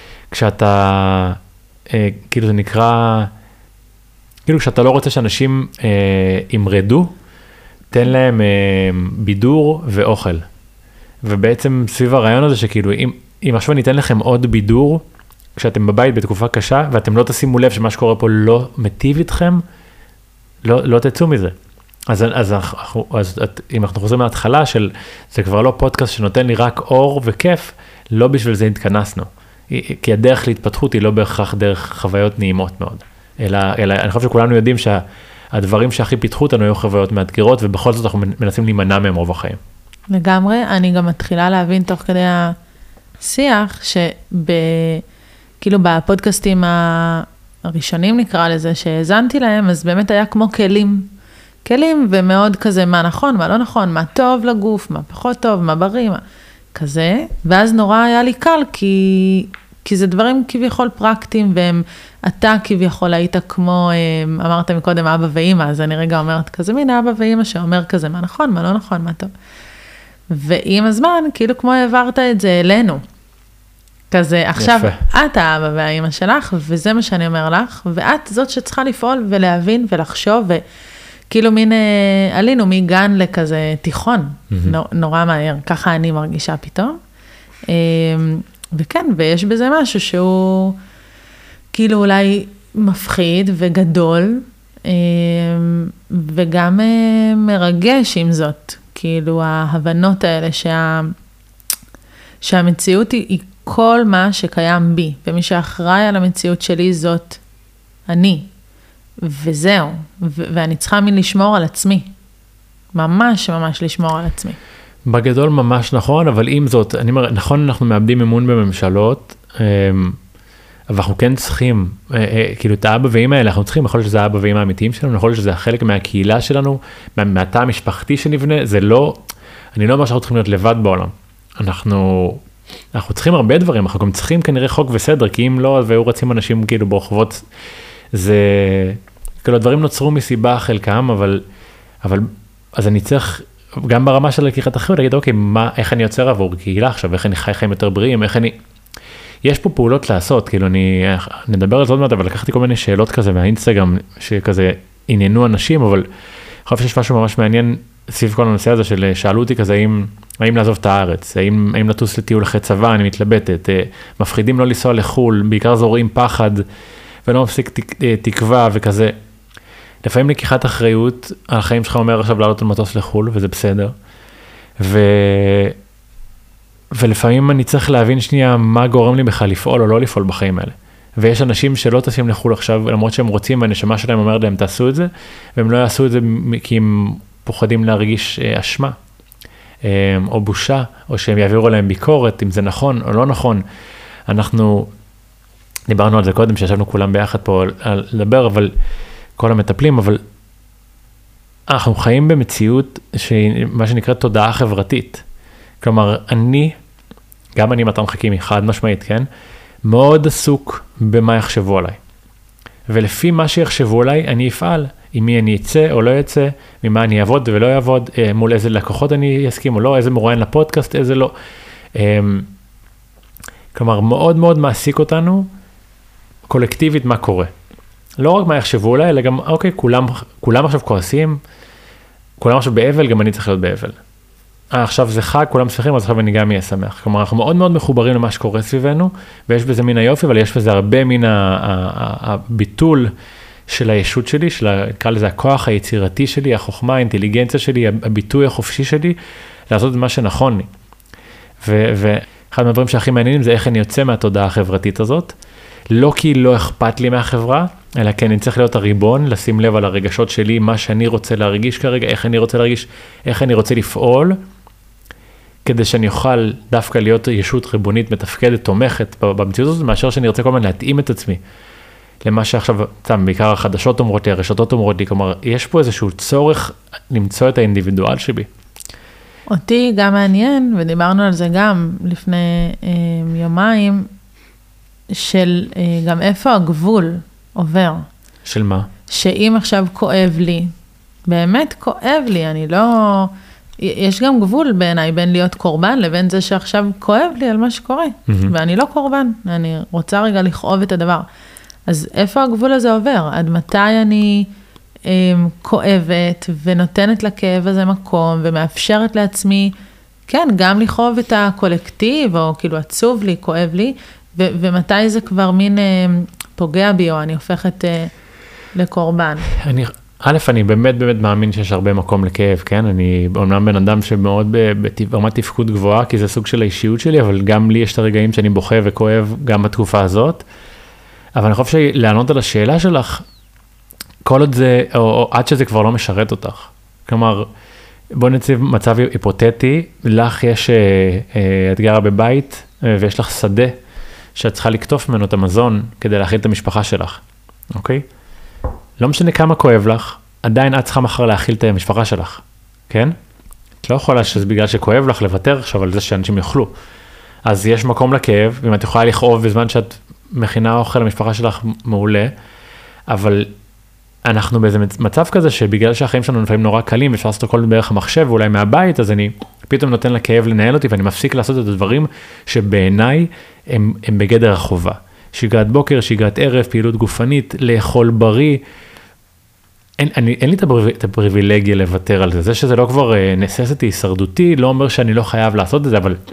כשאתה, אה, כאילו זה נקרא, כאילו כשאתה לא רוצה שאנשים אה, ימרדו, תן להם אה, בידור ואוכל. ובעצם סביב הרעיון הזה שכאילו, אם, אם עכשיו ניתן לכם עוד בידור, כשאתם בבית בתקופה קשה, ואתם לא תשימו לב שמה שקורה פה לא מטיב איתכם, לא, לא תצאו מזה. אז, אז, אז, אז אם אנחנו חוזרים להתחלה של, זה כבר לא פודקאסט שנותן לי רק אור וכיף, לא בשביל זה התכנסנו. כי הדרך להתפתחות היא לא בהכרח דרך חוויות נעימות מאוד. אלא, אלא אני חושב שכולנו יודעים שהדברים שהכי פיתחו אותנו היו חוויות מאתגרות, ובכל זאת אנחנו מנסים להימנע מהם רוב החיים. לגמרי, אני גם מתחילה להבין תוך כדי השיח, שכאילו בפודקאסטים הראשונים נקרא לזה, שהזנתי להם, אז באמת היה כמו כלים, כלים ומאוד כזה מה נכון, מה לא נכון, מה טוב לגוף, מה פחות טוב, מה בריא, מה כזה, ואז נורא היה לי קל, כי, כי זה דברים כביכול פרקטיים, והם, אתה כביכול היית כמו, אמרת מקודם אבא ואמא, אז אני רגע אומרת כזה, מין אבא ואמא שאומר כזה, מה נכון, מה לא נכון, מה טוב. ועם הזמן, כאילו כמו העברת את זה אלינו, כזה, עכשיו, יפה. את האבא והאמא שלך, וזה מה שאני אומר לך, ואת זאת שצריכה לפעול ולהבין ולחשוב, וכאילו מין, עלינו מגן לכזה תיכון, mm-hmm. נור, נורא מהר, ככה אני מרגישה פתאום. וכן, ויש בזה משהו שהוא, כאילו אולי מפחיד וגדול, וגם מרגש עם זאת, כאילו ההבנות האלה שה, שהמציאות היא, היא כל מה שקיים בי, ומי שאחראי על המציאות שלי זאת אני, וזהו, ו- ואני צריכה מלשמור על עצמי, ממש ממש לשמור על עצמי. בגדול ממש נכון, אבל עם זאת, אני אומר, נכון אנחנו מאבדים אמון בממשלות, אבל אנחנו כן צריכים, כאילו את האבא ואמא האלה, אנחנו צריכים, יכול להיות שזה האבא ואמא האמיתיים שלנו, יכול להיות שזה החלק מהקהילה שלנו, מהתא המשפחתי שנבנה, זה לא, אני לא אומר שאנחנו צריכים להיות לבד בעולם, אנחנו, אנחנו צריכים הרבה דברים, אנחנו גם צריכים כנראה חוק וסדר, כי אם לא, והיו רצים אנשים כאילו ברחובות, זה, כאילו הדברים נוצרו מסיבה חלקם, אבל, אבל, אז אני צריך, גם ברמה של לקיחת אחריות, להגיד, אוקיי, מה, איך אני יוצר עבור קהילה עכשיו, איך אני חי חיים יותר בריאים, איך אני, יש פה פעולות לעשות, כאילו אני, נדבר על זה עוד מעט, אבל לקחתי כל מיני שאלות כזה מהאינסטגרם, שכזה עניינו אנשים, אבל אני חושב שיש משהו ממש מעניין, סביב כל הנושא הזה של שאלו אותי כזה, האם, האם לעזוב את הארץ, האם, האם לטוס לטיול אחרי צבא, אני מתלבטת, מפחידים לא לנסוע לחול, בעיקר זורעים פחד, ולא מפסיק תק, תקווה וכזה. לפעמים לקיחת אחריות, על החיים שלך אומר עכשיו לעלות על מטוס לחול, וזה בסדר. ו... ולפעמים אני צריך להבין שנייה מה גורם לי בכלל לפעול או לא לפעול בחיים האלה. ויש אנשים שלא טסים לחול עכשיו, למרות שהם רוצים, והנשמה שלהם אומרת להם, תעשו את זה, והם לא יעשו את זה כי הם פוחדים להרגיש אשמה, או בושה, או שהם יעבירו להם ביקורת, אם זה נכון או לא נכון. אנחנו דיברנו על זה קודם, שישבנו כולם ביחד פה על לדבר, אבל כל המטפלים, אבל אנחנו חיים במציאות שהיא מה שנקרא תודעה חברתית. כלומר, אני, גם אני מתן חכימי, חד משמעית, כן? מאוד עסוק במה יחשבו עליי. ולפי מה שיחשבו עליי, אני אפעל. עם מי אני אצא או לא אצא, ממה אני אעבוד ולא אעבוד, מול איזה לקוחות אני אסכים או לא, איזה מוראיין לפודקאסט, איזה לא. כלומר, מאוד מאוד מעסיק אותנו, קולקטיבית מה קורה. לא רק מה יחשבו עליי, אלא גם, אוקיי, כולם, כולם עכשיו כועסים, כולם עכשיו באבל, גם אני צריך להיות באבל. אה, עכשיו זה חג, כולם שמחים, אז עכשיו אני גם אהיה שמח. כלומר, אנחנו מאוד מאוד מחוברים למה שקורה סביבנו, ויש בזה מין היופי, אבל יש בזה הרבה מין הביטול של הישות שלי, של, נקרא לזה הכוח היצירתי שלי, החוכמה, האינטליגנציה שלי, הביטוי החופשי שלי, לעשות את מה שנכון לי. ואחד מהדברים שהכי מעניינים זה איך אני יוצא מהתודעה החברתית הזאת, לא כי לא אכפת לי מהחברה, אלא כי אני צריך להיות הריבון, לשים לב על הרגשות שלי, מה שאני רוצה להרגיש כרגע, איך אני רוצה להרגיש, איך אני רוצה לפעול, כדי שאני אוכל דווקא להיות ישות ריבונית, מתפקדת, תומכת במציאות הזאת, מאשר שאני רוצה כל הזמן להתאים את עצמי, למה שעכשיו, צם, בעיקר החדשות אומרות לי, הרשתות אומרות לי, כלומר, יש פה איזשהו צורך למצוא את האינדיבידואל שבי. אותי גם מעניין, ודיברנו על זה גם לפני אה, יומיים, של אה, גם איפה הגבול עובר. של מה? שאם עכשיו כואב לי, באמת כואב לי, אני לא... יש גם גבול בעיניי בין להיות קורבן לבין זה שעכשיו כואב לי על מה שקורה, mm-hmm. ואני לא קורבן, אני רוצה רגע לכאוב את הדבר. אז איפה הגבול הזה עובר? עד מתי אני אה, כואבת ונותנת לכאב הזה מקום ומאפשרת לעצמי, כן, גם לכאוב את הקולקטיב, או כאילו עצוב לי, כואב לי, ו- ומתי זה כבר מין אה, פוגע בי, או אני הופכת אה, לקורבן. אני, א', אני באמת באמת מאמין שיש הרבה מקום לכאב, כן? אני אומנם בן אדם שמאוד ברמת תפקוד גבוהה, כי זה סוג של האישיות שלי, אבל גם לי יש את הרגעים שאני בוכה וכואב גם בתקופה הזאת. אבל אני חושב שלענות על השאלה שלך, כל עוד זה, או, או עד שזה כבר לא משרת אותך. כלומר, בוא נציב מצב היפותטי, לך יש אה, אה, אתגר בבית, אה, ויש לך שדה, שאת צריכה לקטוף ממנו את המזון, כדי להכיל את המשפחה שלך, אוקיי? לא משנה כמה כואב לך, עדיין את צריכה מחר להכיל את המשפחה שלך, כן? את לא יכולה שזה בגלל שכואב לך לוותר עכשיו על זה שאנשים יאכלו. אז יש מקום לכאב, ואם את יכולה לכאוב בזמן שאת מכינה אוכל למשפחה שלך מעולה, אבל אנחנו באיזה מצב כזה שבגלל שהחיים שלנו לפעמים נורא קלים, אפשר לעשות הכל בערך המחשב, ואולי מהבית, אז אני פתאום נותן לכאב לנהל אותי, ואני מפסיק לעשות את הדברים שבעיניי הם, הם בגדר החובה. שגרת בוקר, שגרת ערב, פעילות גופנית, לאכול בריא. אין, אני, אין לי את הפריבילגיה לוותר על זה. זה שזה לא כבר נססתי, הישרדותי, לא אומר שאני לא חייב לעשות את זה, אבל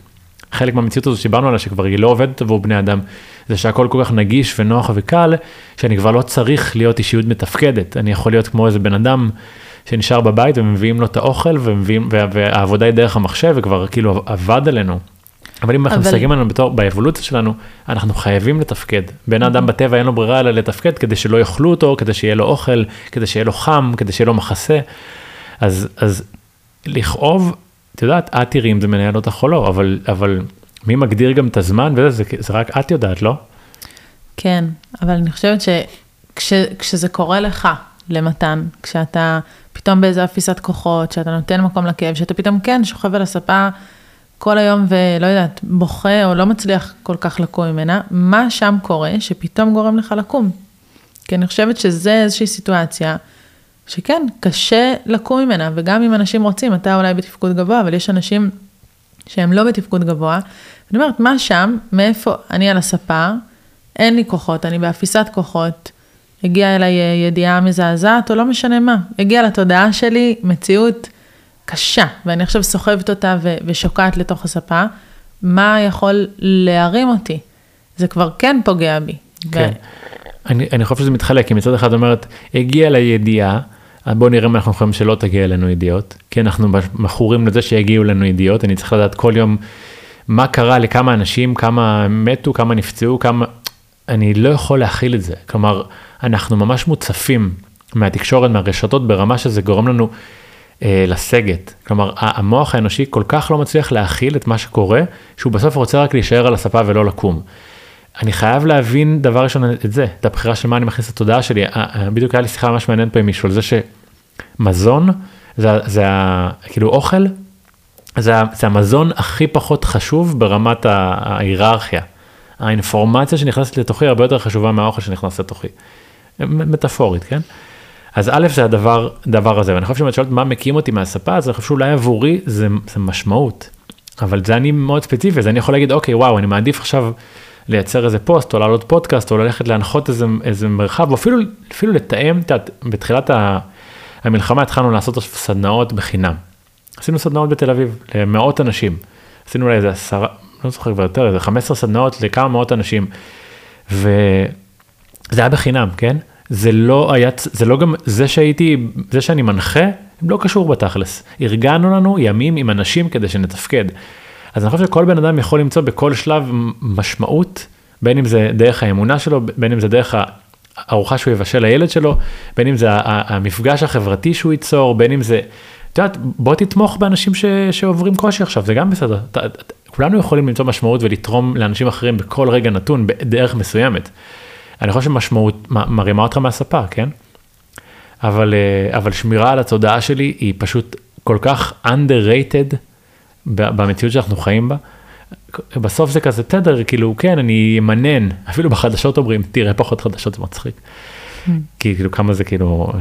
חלק מהמציאות הזו שדיברנו עליה, שכבר היא לא עובדת עבור בני אדם, זה שהכל כל כך נגיש ונוח וקל, שאני כבר לא צריך להיות אישיות מתפקדת. אני יכול להיות כמו איזה בן אדם שנשאר בבית, ומביאים לו את האוכל, ומביאים, והעבודה היא דרך המחשב, וכבר כאילו עבד עלינו. אבל אם אנחנו מסתכלים עלינו בתור, באבולוציה שלנו, אנחנו חייבים לתפקד. בן האדם בטבע אין לו ברירה אלא לתפקד, כדי שלא יאכלו אותו, כדי שיהיה לו אוכל, כדי שיהיה לו חם, כדי שיהיה לו מחסה. אז, אז לכאוב, את יודעת, את תראי אם זה מנהל אותך או לא, אבל, אבל מי מגדיר גם את הזמן, וזה, זה, זה רק את יודעת, לא? כן, אבל אני חושבת שכשזה קורה לך, למתן, כשאתה פתאום באיזו אפיסת כוחות, שאתה נותן מקום לכאב, שאתה פתאום כן שוכב על הספה כל היום ולא יודעת, בוכה או לא מצליח כל כך לקום ממנה, מה שם קורה שפתאום גורם לך לקום? כי אני חושבת שזה איזושהי סיטואציה שכן, קשה לקום ממנה, וגם אם אנשים רוצים, אתה אולי בתפקוד גבוה, אבל יש אנשים שהם לא בתפקוד גבוה, ואני אומרת, מה שם, מאיפה, אני על הספה, אין לי כוחות, אני באפיסת כוחות, הגיעה אליי ידיעה מזעזעת, או לא משנה מה, הגיעה לתודעה שלי מציאות קשה, ואני עכשיו סוחבת אותה ו- ושוקעת לתוך הספה, מה יכול להרים אותי? זה כבר כן פוגע בי. כן. ו- אני, אני חושב שזה מתחלק, כי מצד אחד אומרת, הגיעה לידיעה, בואו נראה אם אנחנו יכולים שלא תגיע אלינו ידיעות, כי אנחנו מכורים לזה שיגיעו לנו ידיעות, אני צריך לדעת כל יום מה קרה לכמה אנשים, כמה מתו, כמה נפצעו, כמה... אני לא יכול להכיל את זה. כלומר, אנחנו ממש מוצפים מהתקשורת, מהרשתות, ברמה שזה גורם לנו אה, לסגת. כלומר, המוח האנושי כל כך לא מצליח להכיל את מה שקורה, שהוא בסוף רוצה רק להישאר על הספה ולא לקום. אני חייב להבין דבר ראשון את זה, את הבחירה של מה אני מכניס לתודעה שלי. בדיוק היה לי שיחה ממש מעניינת פה עם מישהו, על זה שמזון, זה, זה כאילו אוכל, זה, זה המזון הכי פחות חשוב ברמת ההיררכיה. האינפורמציה שנכנסת לתוכי הרבה יותר חשובה מהאוכל שנכנס לתוכי. מטאפורית, כן? אז א' זה הדבר, דבר הזה, ואני חושב שאת שואלת מה מקים אותי מהספה, אז אני חושב שאולי עבורי זה, זה משמעות, אבל זה אני מאוד ספציפי, אז אני יכול להגיד, אוקיי, וואו, אני מעדיף עכשיו לייצר איזה פוסט, או לעלות פודקאסט, או ללכת להנחות איזה, איזה מרחב, או אפילו, אפילו לתאם, תעת, בתחילת המלחמה התחלנו לעשות סדנאות בחינם. עשינו סדנאות בתל אביב, למאות אנשים. עשינו אולי איזה עשרה, לא זוכר כבר יותר, איזה חמש עשרה סדנאות לכמה מאות אנשים. וזה היה בחינם, כן? זה לא היה, זה לא גם, זה שהייתי, זה שאני מנחה, לא קשור בתכלס. ארגנו לנו ימים עם אנשים כדי שנתפקד. אז אני חושב שכל בן אדם יכול למצוא בכל שלב משמעות, בין אם זה דרך האמונה שלו, בין אם זה דרך הארוחה שהוא יבשל לילד שלו, בין אם זה המפגש החברתי שהוא ייצור, בין אם זה, את יודעת, בוא תתמוך באנשים ש, שעוברים קושי עכשיו, זה גם בסדר. ת, ת, כולנו יכולים למצוא משמעות ולתרום לאנשים אחרים בכל רגע נתון, בדרך מסוימת. אני חושב שמשמעות מרימה אותך מהספה, כן? אבל, אבל שמירה על התודעה שלי היא פשוט כל כך underrated במציאות שאנחנו חיים בה. בסוף זה כזה תדר, כאילו, כן, אני אמנן, אפילו בחדשות אומרים, תראה פחות חדשות, זה מצחיק. כי כאילו כמה זה כאילו,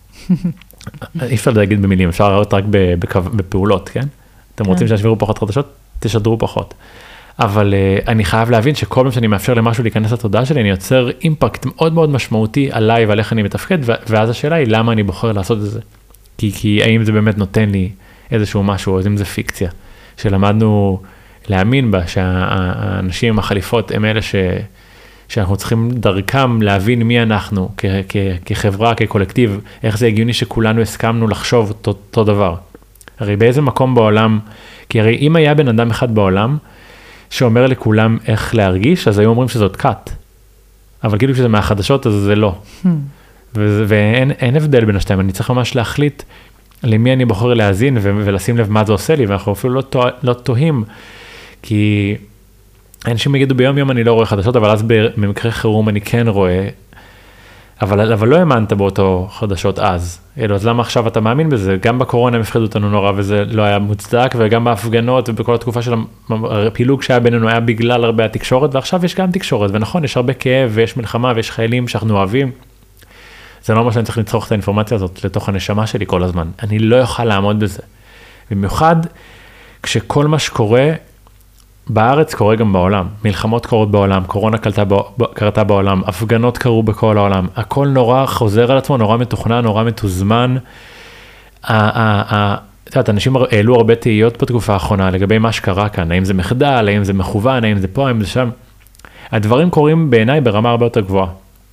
אי אפשר להגיד במילים, אפשר לראות רק בפעולות, כן? אתם רוצים שישמרו פחות חדשות? תשדרו פחות. אבל uh, אני חייב להבין שכל פעם שאני מאפשר למשהו להיכנס לתודעה שלי, אני יוצר אימפקט מאוד מאוד משמעותי עליי ועל איך אני מתפקד, ואז השאלה היא למה אני בוחר לעשות את זה. כי, כי האם זה באמת נותן לי איזשהו משהו, או אם זה פיקציה, שלמדנו להאמין בה, שהאנשים עם החליפות הם אלה ש, שאנחנו צריכים דרכם להבין מי אנחנו, כ, כ, כחברה, כקולקטיב, איך זה הגיוני שכולנו הסכמנו לחשוב אותו, אותו דבר. הרי באיזה מקום בעולם, כי הרי אם היה בן אדם אחד בעולם, שאומר לכולם איך להרגיש, אז היו אומרים שזאת קאט. אבל כאילו שזה מהחדשות, אז זה לא. Hmm. וזה, ואין אין הבדל בין השתיים, אני צריך ממש להחליט למי אני בוחר להאזין, ו- ולשים לב מה זה עושה לי, ואנחנו אפילו לא, תוה, לא תוהים, כי אנשים יגידו ביום יום אני לא רואה חדשות, אבל אז במקרה חירום אני כן רואה, אבל, אבל לא האמנת באותו חדשות אז, אלא אז למה עכשיו אתה מאמין בזה? גם בקורונה הם הפחידו אותנו נורא, וזה לא היה מוצדק, וגם בהפגנות, ובכל התקופה של הפילוג שהיה בינינו היה בגלל הרבה התקשורת, ועכשיו יש גם תקשורת, ונכון, יש הרבה כאב, ויש מלחמה, ויש חיילים שאנחנו אוהבים. זה לא מה שאני צריך לצרוך את האינפורמציה הזאת לתוך הנשמה שלי כל הזמן. אני לא יוכל לעמוד בזה. במיוחד, כשכל מה שקורה בארץ קורה גם בעולם, מלחמות קורות בעולם, קורונה קרתה, קרתה בעולם, הפגנות קרו בכל העולם, הכל נורא חוזר על עצמו, נורא מתוכנן, נורא מתוזמן, את יודעת, אנשים העלו הרבה תהיות בתקופה האחרונה לגבי מה שקרה כאן, האם זה מחדל, האם זה מכוון, האם זה פה, האם זה שם. הדברים קורים בעיניי ברמה הרבה יותר גבוהה.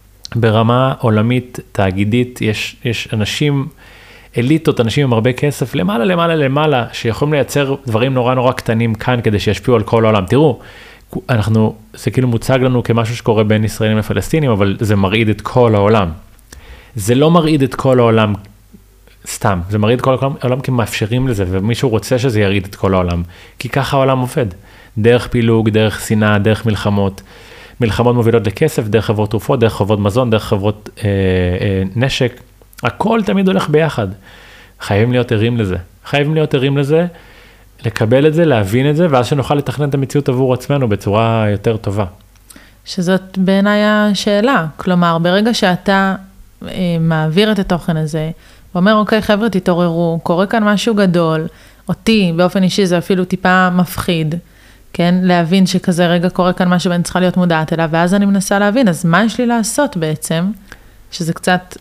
ברמה עולמית, תאגידית, יש, יש אנשים, אליטות, אנשים עם הרבה כסף, למעלה, למעלה, למעלה, שיכולים לייצר דברים נורא נורא קטנים כאן, כדי שישפיעו על כל העולם. תראו, אנחנו, זה כאילו מוצג לנו כמשהו שקורה בין ישראלים לפלסטינים, אבל זה מרעיד את כל העולם. זה לא מרעיד את כל העולם סתם, זה מרעיד את כל העולם, העולם כי מאפשרים לזה, ומישהו רוצה שזה ירעיד את כל העולם, כי ככה העולם עובד. דרך פילוג, דרך שנאה, דרך מלחמות. מלחמות מובילות לכסף, דרך חברות תרופות, דרך חברות מזון, דרך חברות אה, אה, נשק. הכל תמיד הולך ביחד. חייבים להיות ערים לזה. חייבים להיות ערים לזה, לקבל את זה, להבין את זה, ואז שנוכל לתכנן את המציאות עבור עצמנו בצורה יותר טובה. שזאת בעיניי השאלה. כלומר, ברגע שאתה אה, מעביר את התוכן הזה, ואומר, אוקיי, חבר'ה, תתעוררו, קורה כאן משהו גדול, אותי, באופן אישי, זה אפילו טיפה מפחיד, כן? להבין שכזה רגע קורה כאן משהו ואני צריכה להיות מודעת אליו, ואז אני מנסה להבין, אז מה יש לי לעשות בעצם? שזה קצת...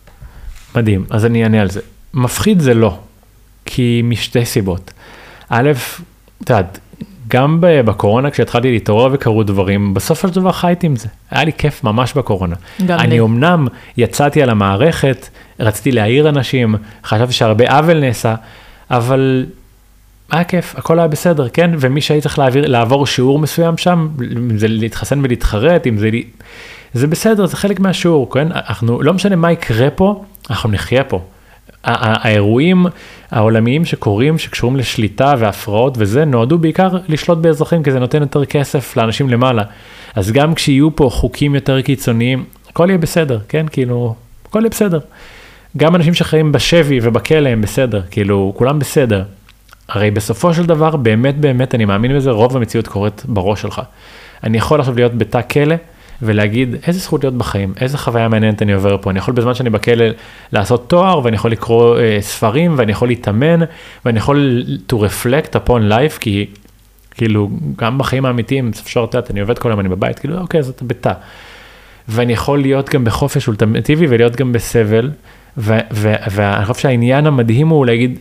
מדהים, אז אני אענה על זה. מפחיד זה לא, כי משתי סיבות. א', אתה יודע, גם בקורונה, כשהתחלתי להתעורר וקרו דברים, בסוף של דבר חייתי עם זה. היה לי כיף ממש בקורונה. אני לי. אומנם יצאתי על המערכת, רציתי להעיר אנשים, חשבתי שהרבה עוול נעשה, אבל היה כיף, הכל היה בסדר, כן? ומי שהי צריך להעביר, לעבור שיעור מסוים שם, אם זה להתחסן ולהתחרט, אם זה... זה בסדר, זה חלק מהשיעור, כן? אנחנו, לא משנה מה יקרה פה, אנחנו נחיה פה. האירועים העולמיים שקורים, שקשורים לשליטה והפרעות וזה, נועדו בעיקר לשלוט באזרחים, כי זה נותן יותר כסף לאנשים למעלה. אז גם כשיהיו פה חוקים יותר קיצוניים, הכל יהיה בסדר, כן? כאילו, הכל יהיה בסדר. גם אנשים שחיים בשבי ובכלא הם בסדר, כאילו, כולם בסדר. הרי בסופו של דבר, באמת, באמת, אני מאמין בזה, רוב המציאות קורית בראש שלך. אני יכול עכשיו להיות בתא כלא, ולהגיד איזה זכות להיות בחיים, איזה חוויה מעניינת אני עובר פה, אני יכול בזמן שאני בכלא לעשות תואר, ואני יכול לקרוא אה, ספרים, ואני יכול להתאמן, ואני יכול to reflect upon life, כי כאילו גם בחיים האמיתיים, אפשר לתת, אני עובד כל היום, אני בבית, כאילו אוקיי, זאת בתא. ואני יכול להיות גם בחופש אולטימטיבי, ולהיות גם בסבל, ו- ו- ואני חושב שהעניין המדהים הוא להגיד,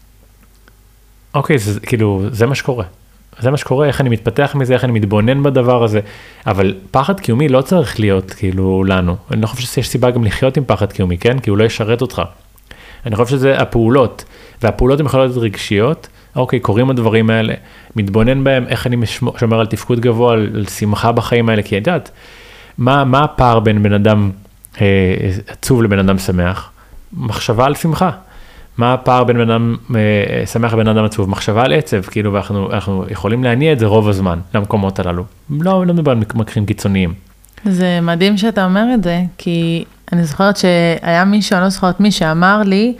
אוקיי, זה, כאילו, זה מה שקורה. זה מה שקורה, איך אני מתפתח מזה, איך אני מתבונן בדבר הזה, אבל פחד קיומי לא צריך להיות כאילו לנו, אני לא חושב שיש סיבה גם לחיות עם פחד קיומי, כן? כי הוא לא ישרת אותך. אני חושב שזה הפעולות, והפעולות הן יכולות להיות רגשיות, אוקיי, קוראים הדברים האלה, מתבונן בהם, איך אני שומר על תפקוד גבוה, על, על שמחה בחיים האלה, כי ידעת, מה, מה הפער בין בן אדם אה, עצוב לבן אדם שמח? מחשבה על שמחה. מה הפער בין בן אדם אה, שמח לבן אדם עצוב? מחשבה על עצב, כאילו, ואנחנו אנחנו יכולים להניע את זה רוב הזמן, למקומות הללו. לא, לא מדבר על מקרים קיצוניים. זה מדהים שאתה אומר את זה, כי אני זוכרת שהיה מישהו, אני לא זוכרת מי, שאמר לי,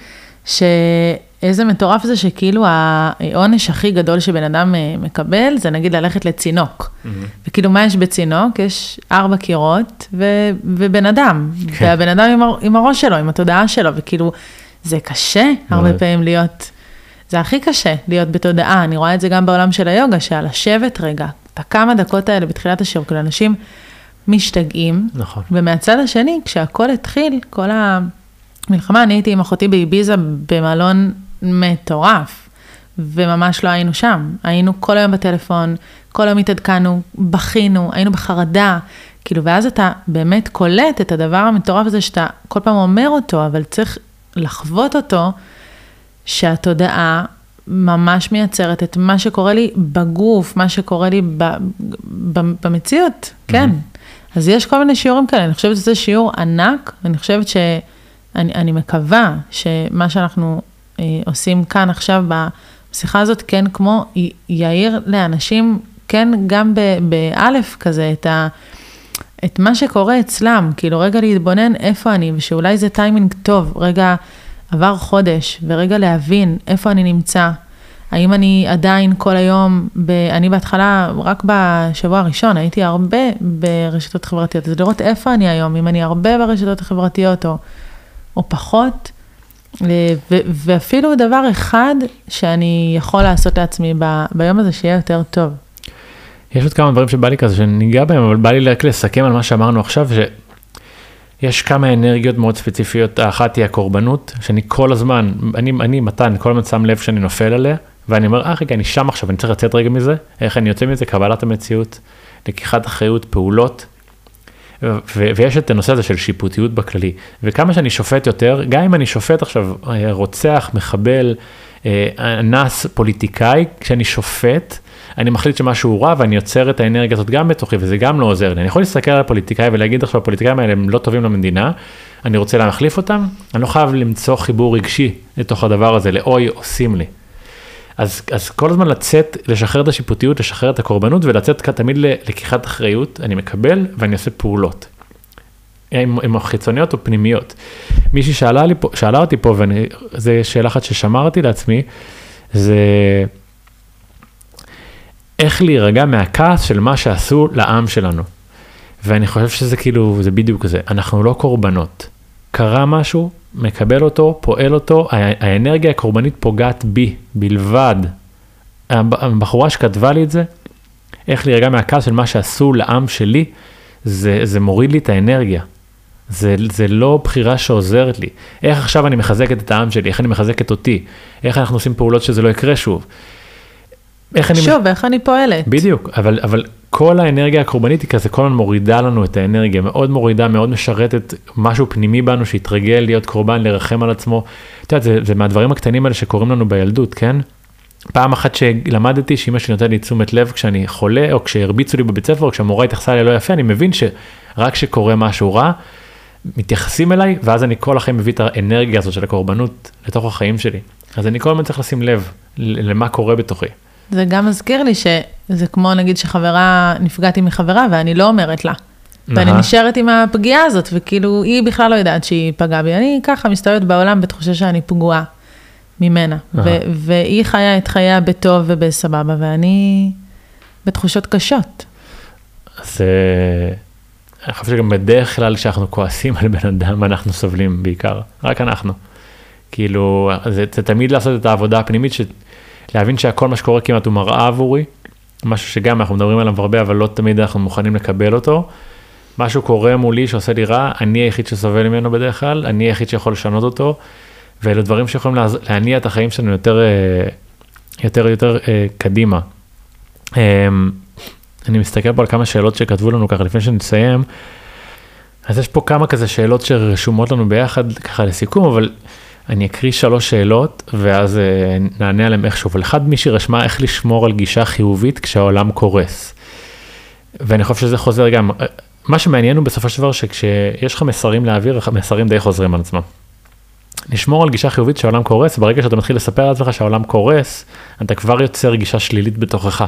שאיזה מטורף זה שכאילו העונש הכי גדול שבן אדם מקבל, זה נגיד ללכת לצינוק. Mm-hmm. וכאילו מה יש בצינוק? יש ארבע קירות ו- ובן אדם. כן. והבן אדם עם, הר- עם הראש שלו, עם התודעה שלו, וכאילו, זה קשה הרבה פעמים להיות, זה הכי קשה להיות בתודעה, אני רואה את זה גם בעולם של היוגה, שעל לשבת רגע, את הכמה דקות האלה בתחילת השיעור, כל אנשים משתגעים, נכון. ומהצד השני, כשהכל התחיל, כל המלחמה, אני הייתי עם אחותי באביזה במלון מטורף, וממש לא היינו שם, היינו כל היום בטלפון, כל היום התעדכנו, בכינו, היינו בחרדה, כאילו, ואז אתה באמת קולט את הדבר המטורף הזה, שאתה כל פעם אומר אותו, אבל צריך לחוות אותו, שהתודעה ממש מייצרת את מה שקורה לי בגוף, מה שקורה לי ב, ב, במציאות, כן. Mm-hmm. אז יש כל מיני שיעורים כאלה, אני חושבת שזה שיעור ענק, ואני חושבת שאני אני מקווה שמה שאנחנו אה, עושים כאן עכשיו בשיחה הזאת, כן, כמו י, יעיר לאנשים, כן, גם באלף כזה, את ה... את מה שקורה אצלם, כאילו רגע להתבונן איפה אני, ושאולי זה טיימינג טוב, רגע עבר חודש, ורגע להבין איפה אני נמצא, האם אני עדיין כל היום, ב, אני בהתחלה, רק בשבוע הראשון, הייתי הרבה ברשתות חברתיות, אז לראות איפה אני היום, אם אני הרבה ברשתות החברתיות, או, או פחות, ו, ואפילו דבר אחד, שאני יכול לעשות לעצמי ב, ביום הזה, שיהיה יותר טוב. יש עוד כמה דברים שבא לי כזה שניגע בהם, אבל בא לי רק לסכם על מה שאמרנו עכשיו, יש כמה אנרגיות מאוד ספציפיות, האחת היא הקורבנות, שאני כל הזמן, אני, אני מתן, כל הזמן שם לב שאני נופל עליה, ואני אומר, אה רגע, אני שם עכשיו, אני צריך לצאת רגע מזה, איך אני יוצא מזה, קבלת המציאות, לקיחת אחריות, פעולות, ו- ויש את הנושא הזה של שיפוטיות בכללי, וכמה שאני שופט יותר, גם אם אני שופט עכשיו, רוצח, מחבל, אנס, פוליטיקאי, כשאני שופט, אני מחליט שמשהו רע, ואני יוצר את האנרגיה הזאת גם בתוכי, וזה גם לא עוזר לי. אני יכול להסתכל על הפוליטיקאי ולהגיד עכשיו, הפוליטיקאים האלה הם לא טובים למדינה, אני רוצה להחליף אותם, אני לא חייב למצוא חיבור רגשי לתוך הדבר הזה, לאוי עושים לי. אז, אז כל הזמן לצאת, לשחרר את השיפוטיות, לשחרר את הקורבנות, ולצאת תמיד ללקיחת אחריות, אני מקבל ואני עושה פעולות. עם חיצוניות או פנימיות. מישהי שאלה, לי פה, שאלה אותי פה, וזו שאלה אחת ששמרתי לעצמי, זה איך להירגע מהכעס של מה שעשו לעם שלנו. ואני חושב שזה כאילו, זה בדיוק זה. אנחנו לא קורבנות. קרה משהו, מקבל אותו, פועל אותו, האנרגיה הקורבנית פוגעת בי, בלבד. הבחורה שכתבה לי את זה, איך להירגע מהכעס של מה שעשו לעם שלי, זה, זה מוריד לי את האנרגיה. זה, זה לא בחירה שעוזרת לי. איך עכשיו אני מחזקת את העם שלי, איך אני מחזקת אותי, איך אנחנו עושים פעולות שזה לא יקרה שוב. איך אני... שוב, איך אני פועלת. בדיוק, אבל, אבל כל האנרגיה הקורבנית היא כזה, כל הזמן מורידה לנו את האנרגיה, מאוד מורידה, מאוד משרתת משהו פנימי בנו, שהתרגל להיות קורבן, לרחם על עצמו. אתה יודע, זה, זה מהדברים הקטנים האלה שקוראים לנו בילדות, כן? פעם אחת שלמדתי שאמא שלי נותנת לי תשומת לב כשאני חולה, או כשהרביצו לי בבית ספר, או כשהמורה התייחסה לי לא יפה, אני מבין שרק שקורה משהו רע, מתייחסים אליי, ואז אני כל החיים מביא את האנרגיה הזאת של הקורבנות לתוך החיים שלי. אז אני כל הזמן צריך לשים לב למה קורה בתוכי. זה גם מזכיר לי שזה כמו נגיד שחברה, נפגעתי מחברה, ואני לא אומרת לה. ואני נשארת עם הפגיעה הזאת, וכאילו היא בכלל לא יודעת שהיא פגעה בי. אני ככה מסתובבת בעולם בתחושה שאני פגועה ממנה. והיא חיה את חייה בטוב ובסבבה, ואני בתחושות קשות. אז אני חושב שגם בדרך כלל כשאנחנו כועסים על בן אדם, אנחנו סובלים בעיקר. רק אנחנו. כאילו, זה, זה תמיד לעשות את העבודה הפנימית, להבין שהכל מה שקורה כמעט הוא מראה עבורי, משהו שגם אנחנו מדברים עליו הרבה, אבל לא תמיד אנחנו מוכנים לקבל אותו. משהו קורה מולי שעושה לי רע, אני היחיד שסובל ממנו בדרך כלל, אני היחיד שיכול לשנות אותו, ואלה דברים שיכולים לה, להניע את החיים שלנו יותר, יותר, יותר קדימה. אני מסתכל פה על כמה שאלות שכתבו לנו ככה לפני שנסיים, אז יש פה כמה כזה שאלות שרשומות לנו ביחד ככה לסיכום, אבל אני אקריא שלוש שאלות, ואז נענה עליהם איכשהו. אבל אחד מי שרשמה איך לשמור על גישה חיובית כשהעולם קורס. ואני חושב שזה חוזר גם, מה שמעניין הוא בסופו של דבר שכשיש לך מסרים להעביר, המסרים די חוזרים על עצמם. לשמור על גישה חיובית כשהעולם קורס, ברגע שאתה מתחיל לספר על עצמך שהעולם קורס, אתה כבר יוצר גישה שלילית בתוכך.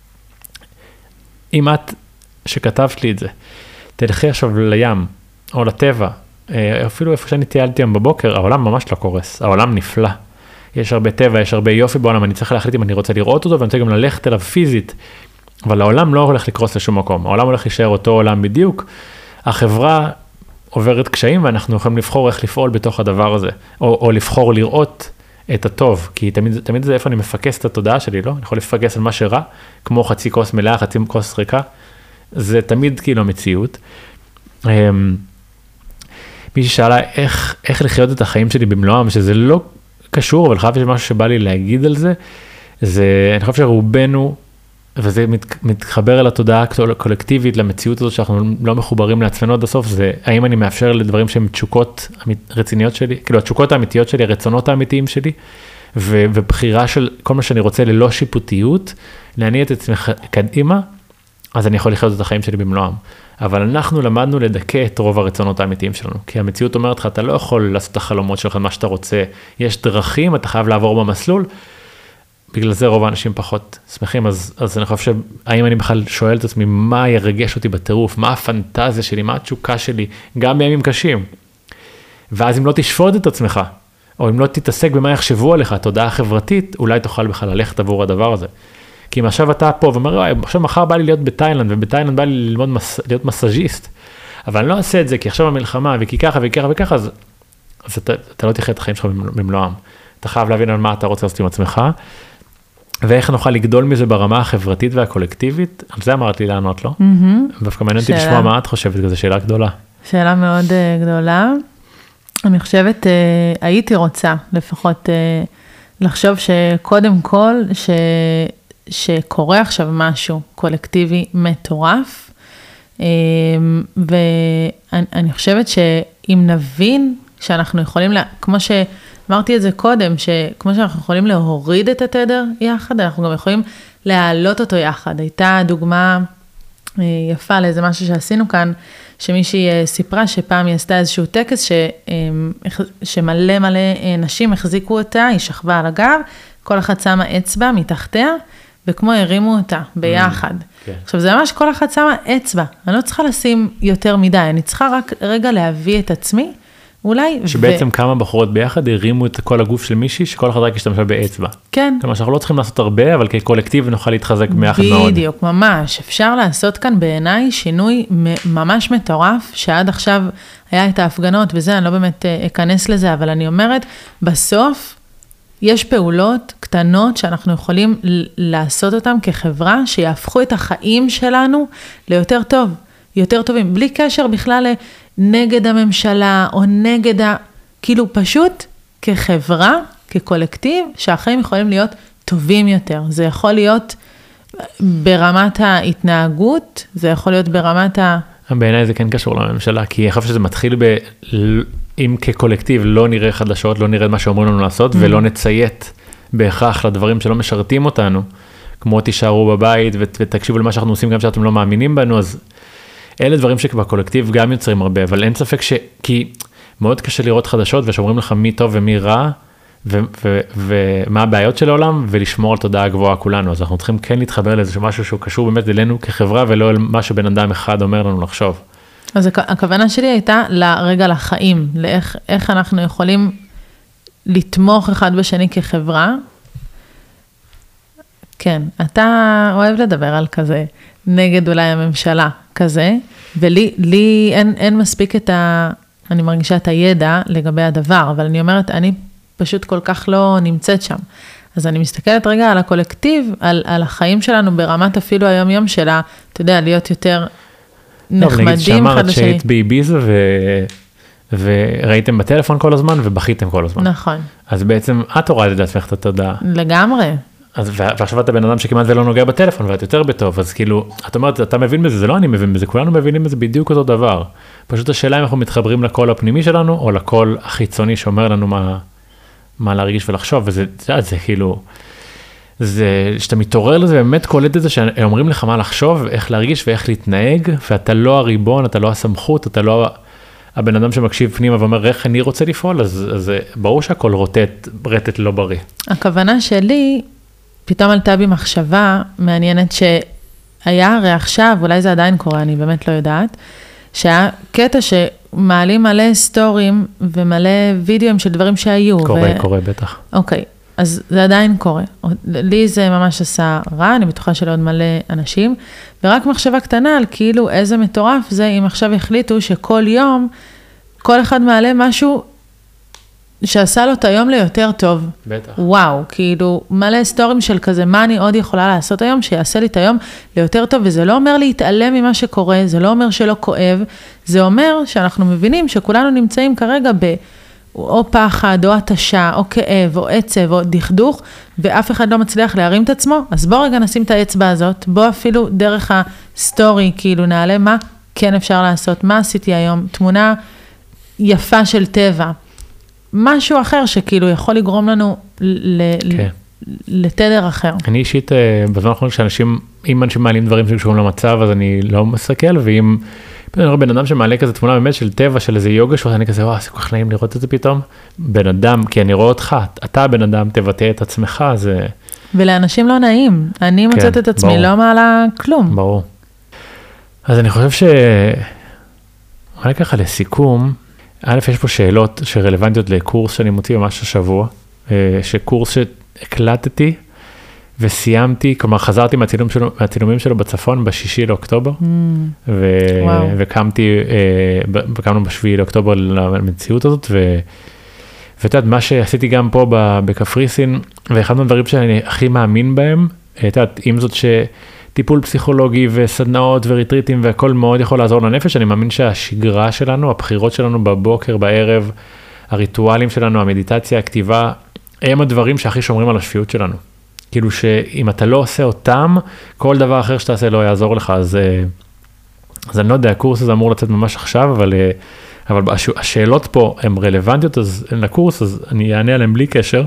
אם את שכתבת לי את זה, תלכי עכשיו לים או לטבע, אפילו איפה שאני טיילתי היום בבוקר, העולם ממש לא קורס, העולם נפלא. יש הרבה טבע, יש הרבה יופי בעולם, אני צריך להחליט אם אני רוצה לראות אותו, ואני רוצה גם ללכת אליו פיזית, אבל העולם לא הולך לקרוס לשום מקום, העולם הולך להישאר אותו עולם בדיוק, החברה עוברת קשיים, ואנחנו יכולים לבחור איך לפעול בתוך הדבר הזה, או, או לבחור לראות את הטוב, כי תמיד, תמיד זה איפה אני מפקס את התודעה שלי, לא? אני יכול לפקס על מה שרע, כמו חצי כוס מלאה, חצי כוס ריקה, זה תמיד כאילו מציאות. מישהי שאלה איך, איך לחיות את החיים שלי במלואם, שזה לא קשור, אבל חייב שמשהו שבא לי להגיד על זה, זה, אני חושב שרובנו, וזה מת, מתחבר אל התודעה הקולקטיבית, למציאות הזאת שאנחנו לא מחוברים לעצמנו עד הסוף, זה האם אני מאפשר לדברים שהם תשוקות רציניות שלי, כאילו התשוקות האמיתיות שלי, הרצונות האמיתיים שלי, ו, ובחירה של כל מה שאני רוצה ללא שיפוטיות, להניע את עצמי קדימה, אז אני יכול לחיות את החיים שלי במלואם. אבל אנחנו למדנו לדכא את רוב הרצונות האמיתיים שלנו, כי המציאות אומרת לך, אתה לא יכול לעשות את החלומות שלך, מה שאתה רוצה, יש דרכים, אתה חייב לעבור במסלול, בגלל זה רוב האנשים פחות שמחים, אז, אז אני חושב שהאם אני בכלל שואל את עצמי, מה ירגש אותי בטירוף, מה הפנטזיה שלי, מה התשוקה שלי, גם בימים קשים, ואז אם לא תשפוט את עצמך, או אם לא תתעסק במה יחשבו עליך, התודעה החברתית, אולי תוכל בכלל ללכת עבור הדבר הזה. כי אם עכשיו אתה פה ואומר, עכשיו מחר בא לי להיות בתאילנד, ובתאילנד בא לי ללמוד מס, להיות מסאז'יסט, אבל אני לא אעשה את זה, כי עכשיו המלחמה, וכי ככה וככה וככה, אז, אז אתה, אתה לא תחיה את החיים שלך במלואם. אתה חייב להבין על מה אתה רוצה לעשות עם עצמך, ואיך נוכל לגדול מזה ברמה החברתית והקולקטיבית, על זה אמרת לי לענות, לא? דווקא מעניין אותי לשמוע מה את חושבת, זו שאלה גדולה. שאלה מאוד uh, גדולה. אני חושבת, uh, הייתי רוצה לפחות uh, לחשוב שקודם כל, ש, שקורה עכשיו משהו קולקטיבי מטורף, um, ואני חושבת שאם נבין שאנחנו יכולים, לה, כמו שאמרתי את זה קודם, שכמו שאנחנו יכולים להוריד את התדר יחד, אנחנו גם יכולים להעלות אותו יחד. הייתה דוגמה יפה לאיזה משהו שעשינו כאן, שמישהי סיפרה שפעם היא עשתה איזשהו טקס, ש, שמלא מלא נשים החזיקו אותה, היא שכבה על הגב, כל אחת שמה אצבע מתחתיה, וכמו הרימו אותה ביחד. Mm, okay. עכשיו זה ממש כל אחת שמה אצבע, אני לא צריכה לשים יותר מדי, אני צריכה רק רגע להביא את עצמי, אולי... שבעצם ו... כמה בחורות ביחד הרימו את כל הגוף של מישהי, שכל אחד רק השתמשה באצבע. כן. כלומר שאנחנו לא צריכים לעשות הרבה, אבל כקולקטיב נוכל להתחזק ביחד מאוד. בדיוק, ממש. אפשר לעשות כאן בעיניי שינוי ממש מטורף, שעד עכשיו היה את ההפגנות וזה, אני לא באמת אכנס לזה, אבל אני אומרת, בסוף יש פעולות קטנות שאנחנו יכולים לעשות אותן כחברה, שיהפכו את החיים שלנו ליותר טוב, יותר טובים, בלי קשר בכלל נגד הממשלה, או נגד ה... כאילו פשוט כחברה, כקולקטיב, שהחיים יכולים להיות טובים יותר. זה יכול להיות ברמת ההתנהגות, זה יכול להיות ברמת ה... בעיניי זה כן קשור לממשלה, כי אני חושב שזה מתחיל ב... אם כקולקטיב לא נראה חדשות, לא נראה מה שאומרים לנו לעשות, ולא נציית בהכרח לדברים שלא משרתים אותנו, כמו תישארו בבית ותקשיבו למה שאנחנו עושים גם שאתם לא מאמינים בנו, אז אלה דברים שבקולקטיב גם יוצרים הרבה, אבל אין ספק ש... כי מאוד קשה לראות חדשות ושאומרים לך מי טוב ומי רע, ו- ו- ומה הבעיות של העולם, ולשמור על תודעה גבוהה כולנו. אז אנחנו צריכים כן להתחבר לאיזה משהו שהוא קשור באמת אלינו כחברה, ולא אל מה שבן אדם אחד אומר לנו לחשוב. אז הכוונה שלי הייתה לרגע לחיים, לאיך איך אנחנו יכולים לתמוך אחד בשני כחברה. כן, אתה אוהב לדבר על כזה, נגד אולי הממשלה כזה, ולי לי אין, אין מספיק את ה... אני מרגישה את הידע לגבי הדבר, אבל אני אומרת, אני פשוט כל כך לא נמצאת שם. אז אני מסתכלת רגע על הקולקטיב, על, על החיים שלנו ברמת אפילו היום יום שלה, אתה יודע, להיות יותר נחמדים אחד לשני. שאמרת שהיית באביזה ו... וראיתם בטלפון כל הזמן ובכיתם כל הזמן. נכון. אז בעצם את הורדת לעצמך את התודעה. לגמרי. אז ועכשיו אתה בן אדם שכמעט ולא נוגע בטלפון ואת יותר בטוב, אז כאילו, את אומרת, אתה מבין בזה, זה לא אני מבין בזה, כולנו מבינים בזה בדיוק אותו דבר. פשוט השאלה אם אנחנו מתחברים לקול הפנימי שלנו, או לקול החיצוני שאומר לנו מה, מה להרגיש ולחשוב, וזה, זה, זה כאילו, זה, שאתה מתעורר לזה, באמת קולט את זה, שאומרים לך מה לחשוב, איך להרגיש ואיך להתנהג, ואתה לא הריבון, אתה לא הסמכות, אתה לא הבן אדם שמקשיב פנימה ואומר, איך אני רוצה לפעול, אז, אז ברור שהכל רוטט, רטט לא בריא. הכוונה שלי, פתאום עלתה בי מחשבה מעניינת שהיה הרי עכשיו, אולי זה עדיין קורה, אני באמת לא יודעת, שהיה קטע שמעלים מלא סטורים ומלא וידאוים של דברים שהיו. קורה, ו... קורה בטח. אוקיי, אז זה עדיין קורה. לי זה ממש עשה רע, אני בטוחה של עוד מלא אנשים, ורק מחשבה קטנה על כאילו איזה מטורף זה אם עכשיו החליטו שכל יום, כל אחד מעלה משהו שעשה לו את היום ליותר טוב. בטח. וואו, כאילו מלא סטורים של כזה, מה אני עוד יכולה לעשות היום, שיעשה לי את היום ליותר טוב, וזה לא אומר להתעלם ממה שקורה, זה לא אומר שלא כואב, זה אומר שאנחנו מבינים שכולנו נמצאים כרגע ב... או פחד, או התשה, או כאב, או עצב, או דכדוך, ואף אחד לא מצליח להרים את עצמו, אז בוא רגע נשים את האצבע הזאת, בוא אפילו דרך הסטורי, כאילו נעלה מה כן אפשר לעשות, מה עשיתי היום, תמונה יפה של טבע, משהו אחר שכאילו יכול לגרום לנו כן. לתדר אחר. אני אישית, בזמן האחרון כשאנשים, אם אנשים מעלים דברים שקשורים למצב, אז אני לא מסתכל, ואם אני רואה בן אדם שמעלה כזה תמונה באמת של טבע, של איזה יוגה, שאני כזה, וואו, זה כל כך נעים לראות את זה פתאום. בן אדם, כי אני רואה אותך, אתה בן אדם, תבטא את עצמך, זה... ולאנשים לא נעים. אני כן, מוצאת את עצמי, ברור. לא מעלה כלום. ברור. אז אני חושב ש... אולי ככה לסיכום, א', יש פה שאלות שרלוונטיות לקורס שאני מוציא ממש השבוע, שקורס שהקלטתי וסיימתי, כלומר חזרתי מהצילום שלו, מהצילומים שלו בצפון בשישי לאוקטובר, mm. ו... וקמתי, וקמנו בשביעי לאוקטובר למציאות הזאת, ו... ואתה יודעת, מה שעשיתי גם פה בקפריסין, ואחד מהדברים שאני הכי מאמין בהם, אתה יודעת, עם זאת טיפול פסיכולוגי וסדנאות וריטריטים והכל מאוד יכול לעזור לנפש. אני מאמין שהשגרה שלנו, הבחירות שלנו בבוקר, בערב, הריטואלים שלנו, המדיטציה, הכתיבה, הם הדברים שהכי שומרים על השפיות שלנו. כאילו שאם אתה לא עושה אותם, כל דבר אחר שאתה עושה לא יעזור לך. אז, אז אני לא יודע, הקורס הזה אמור לצאת ממש עכשיו, אבל, אבל השאלות פה הן רלוונטיות אז, לקורס, אז אני אענה עליהן בלי קשר.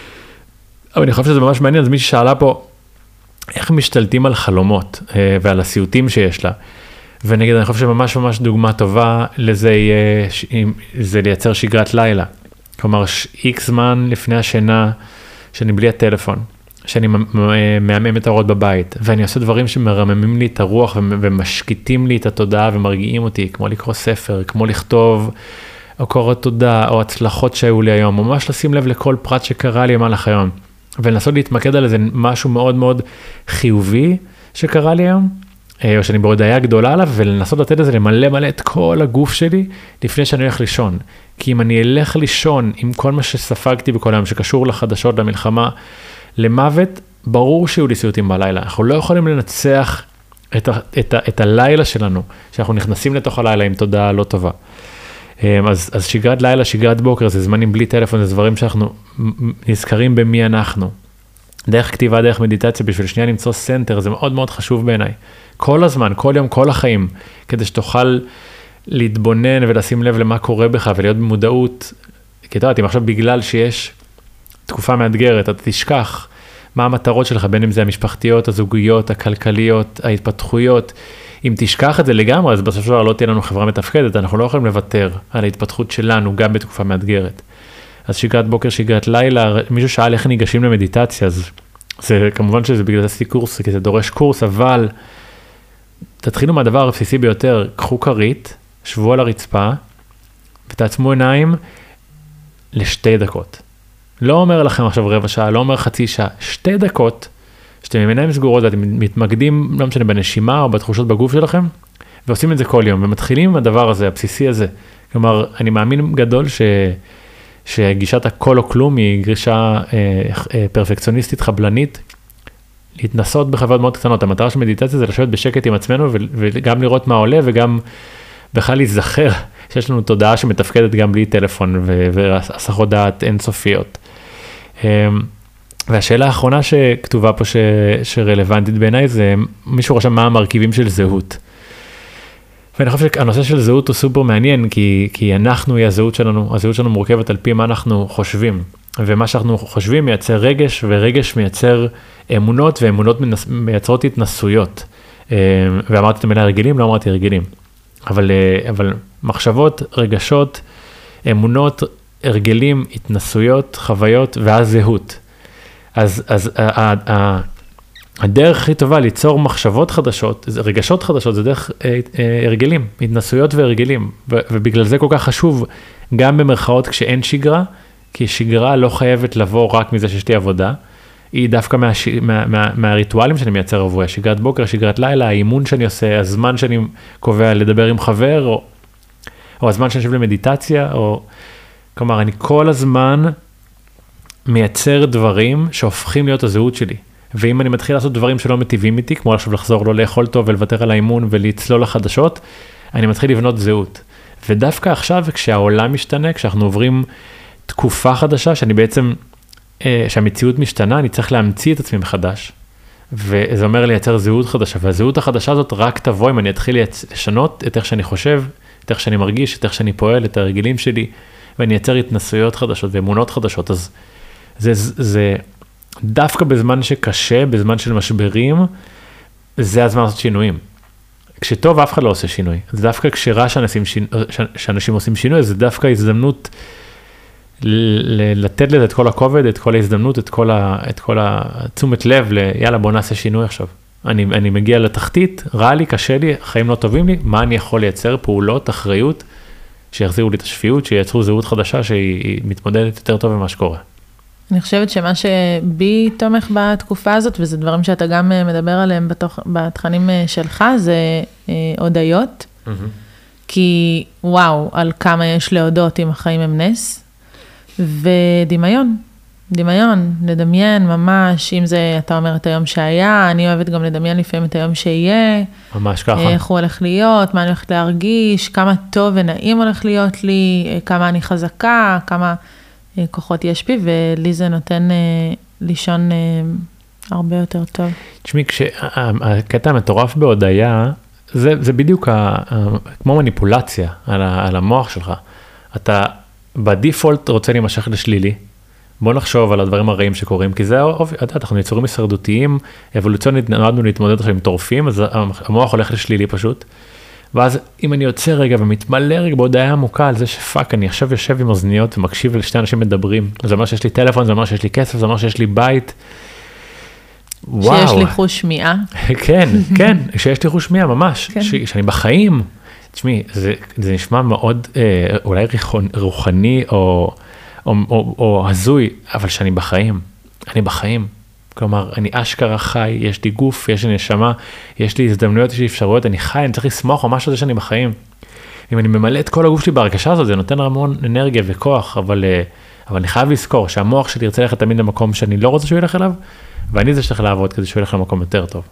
אבל אני חושב שזה ממש מעניין, אז מי ששאלה פה, איך משתלטים על חלומות ועל הסיוטים שיש לה. ונגיד, אני חושב שממש ממש דוגמה טובה לזה יהיה, זה לייצר שגרת לילה. כלומר, איקס זמן לפני השינה, שאני בלי הטלפון, שאני מהמם את האורות בבית, ואני עושה דברים שמרממים לי את הרוח ומשקיטים לי את התודעה ומרגיעים אותי, כמו לקרוא ספר, כמו לכתוב, או קוראות תודה, או הצלחות שהיו לי היום, ממש לשים לב לכל פרט שקרה לי במהלך היום. ולנסות להתמקד על איזה משהו מאוד מאוד חיובי שקרה לי היום, או שאני בהודעה גדולה עליו, ולנסות לתת לזה למלא מלא את כל הגוף שלי, לפני שאני הולך לישון. כי אם אני אלך לישון עם כל מה שספגתי בכל היום, שקשור לחדשות, למלחמה, למוות, ברור שיהיו לי סיוטים בלילה. אנחנו לא יכולים לנצח את, ה, את, ה, את הלילה שלנו, שאנחנו נכנסים לתוך הלילה עם תודעה לא טובה. אז, אז שגרת לילה, שגרת בוקר, זה זמנים בלי טלפון, זה דברים שאנחנו נזכרים במי אנחנו. דרך כתיבה, דרך מדיטציה, בשביל שנייה למצוא סנטר, זה מאוד מאוד חשוב בעיניי. כל הזמן, כל יום, כל החיים, כדי שתוכל להתבונן ולשים לב למה קורה בך, ולהיות במודעות. כי אתה יודעת, אם עכשיו בגלל שיש תקופה מאתגרת, אתה תשכח מה המטרות שלך, בין אם זה המשפחתיות, הזוגיות, הכלכליות, ההתפתחויות. אם תשכח את זה לגמרי, אז בסופו של דבר לא תהיה לנו חברה מתפקדת, אנחנו לא יכולים לוותר על ההתפתחות שלנו, גם בתקופה מאתגרת. אז שגרת בוקר, שגרת לילה, מישהו שאל איך ניגשים למדיטציה, אז זה כמובן שזה בגלל זה עשיתי קורס, כי זה דורש קורס, אבל תתחילו מהדבר הבסיסי ביותר, קחו כרית, שבו על הרצפה, ותעצמו עיניים לשתי דקות. לא אומר לכם עכשיו רבע שעה, לא אומר חצי שעה, שתי דקות, שאתם עם עיניים סגורות, ואתם מתמקדים, לא משנה, בנשימה או בתחושות בגוף שלכם, ועושים את זה כל יום, ומתחילים עם הדבר הזה, הבסיסי הזה. כלומר, אני מאמין גדול ש... שגישת הכל או כלום היא גישה אה, אה, פרפקציוניסטית, חבלנית, להתנסות בחוויות מאוד קטנות. המטרה של מדיטציה זה לשבת בשקט עם עצמנו, ו- וגם לראות מה עולה, וגם בכלל להיזכר שיש לנו תודעה שמתפקדת גם בלי טלפון, ו- והסחות דעת אינסופיות. אה, והשאלה האחרונה שכתובה פה ש- שרלוונטית בעיניי, זה מישהו רשם מה המרכיבים של זהות. ואני חושב שהנושא של זהות הוא סופר מעניין, כי, כי אנחנו היא הזהות שלנו, הזהות שלנו מורכבת על פי מה אנחנו חושבים, ומה שאנחנו חושבים מייצר רגש, ורגש מייצר אמונות, ואמונות מייצרות התנסויות. ואמרתי את המילה רגילים, לא אמרתי רגילים, אבל, אבל מחשבות, רגשות, אמונות, הרגלים, התנסויות, חוויות, ואז זהות. אז, אז ה, ה, הדרך הכי טובה ליצור מחשבות חדשות, רגשות חדשות, זה דרך אה, אה, הרגלים, התנסויות והרגלים, ו- ובגלל זה כל כך חשוב, גם במרכאות כשאין שגרה, כי שגרה לא חייבת לבוא רק מזה שיש לי עבודה, היא דווקא מה, מה, מה, מהריטואלים שאני מייצר עבורי, שגרת בוקר, שגרת לילה, האימון שאני עושה, הזמן שאני קובע לדבר עם חבר, או, או הזמן שאני יושב למדיטציה, או, כלומר, אני כל הזמן מייצר דברים שהופכים להיות הזהות שלי. ואם אני מתחיל לעשות דברים שלא מטיבים איתי, כמו עכשיו לחזור לא לאכול טוב ולוותר על האימון ולצלול לחדשות, אני מתחיל לבנות זהות. ודווקא עכשיו, כשהעולם משתנה, כשאנחנו עוברים תקופה חדשה, שאני בעצם, שהמציאות משתנה, אני צריך להמציא את עצמי מחדש. וזה אומר לייצר זהות חדשה, והזהות החדשה הזאת רק תבוא אם אני אתחיל לשנות את איך שאני חושב, את איך שאני מרגיש, את איך שאני פועל, את הרגילים שלי, ואני אייצר התנסויות חדשות ואמונות חדשות. אז זה, זה, דווקא בזמן שקשה, בזמן של משברים, זה הזמן לעשות שינויים. כשטוב, אף אחד לא עושה שינוי. זה דווקא כשרע שאנשים, שאנשים עושים שינוי, זה דווקא הזדמנות לתת לזה את כל הכובד, את כל ההזדמנות, את כל, ה, את כל התשומת לב, ל, יאללה, בוא נעשה שינוי עכשיו. אני, אני מגיע לתחתית, רע לי, קשה לי, חיים לא טובים לי, מה אני יכול לייצר? פעולות, אחריות, שיחזירו לי את השפיות, שייצרו זהות חדשה, שהיא מתמודדת יותר טוב ממה שקורה. אני חושבת שמה שבי תומך בתקופה הזאת, וזה דברים שאתה גם מדבר עליהם בתוך, בתכנים שלך, זה הודיות. Mm-hmm. כי וואו, על כמה יש להודות אם החיים הם נס, ודמיון. דמיון, לדמיין ממש, אם זה, אתה אומר את היום שהיה, אני אוהבת גם לדמיין לפעמים את היום שיהיה. ממש ככה. איך הוא הולך להיות, מה אני הולכת להרגיש, כמה טוב ונעים הולך להיות לי, כמה אני חזקה, כמה כוחות יש בי, ולי זה נותן לישון הרבה יותר טוב. תשמעי, כשהקטע המטורף בהודעה, זה, זה בדיוק ה, כמו מניפולציה על, ה, על המוח שלך. אתה בדיפולט רוצה להימשך לשלילי, בוא נחשוב על הדברים הרעים שקורים, כי זה, אנחנו יצורים הישרדותיים, אבולוציונית נועדנו להתמודד עכשיו עם טורפים, אז המוח הולך לשלילי פשוט, ואז אם אני יוצא רגע ומתמלא רגע בהודעה עמוקה על זה שפאק, אני עכשיו יושב עם אוזניות ומקשיב לשתי אנשים מדברים, זה אומר שיש לי טלפון, זה אומר שיש לי כסף, זה אומר שיש לי בית, וואו. שיש לי חוש שמיעה. כן, כן, שיש לי חוש שמיעה ממש, שאני בחיים, תשמעי, זה, זה נשמע מאוד אה, אולי רוחני או, או, או, או הזוי, אבל שאני בחיים, אני בחיים. כלומר, אני אשכרה חי, יש לי גוף, יש לי נשמה, יש לי הזדמנויות, יש לי אפשרויות, אני חי, אני צריך לשמוח או משהו הזה שאני בחיים. אם אני ממלא את כל הגוף שלי בהרגשה הזאת, זה נותן המון אנרגיה וכוח, אבל, אבל אני חייב לזכור שהמוח שלי ירצה ללכת תמיד למקום שאני לא רוצה שהוא ילך אליו, ואני זה שצריך לעבוד כדי שהוא ילך למקום יותר טוב.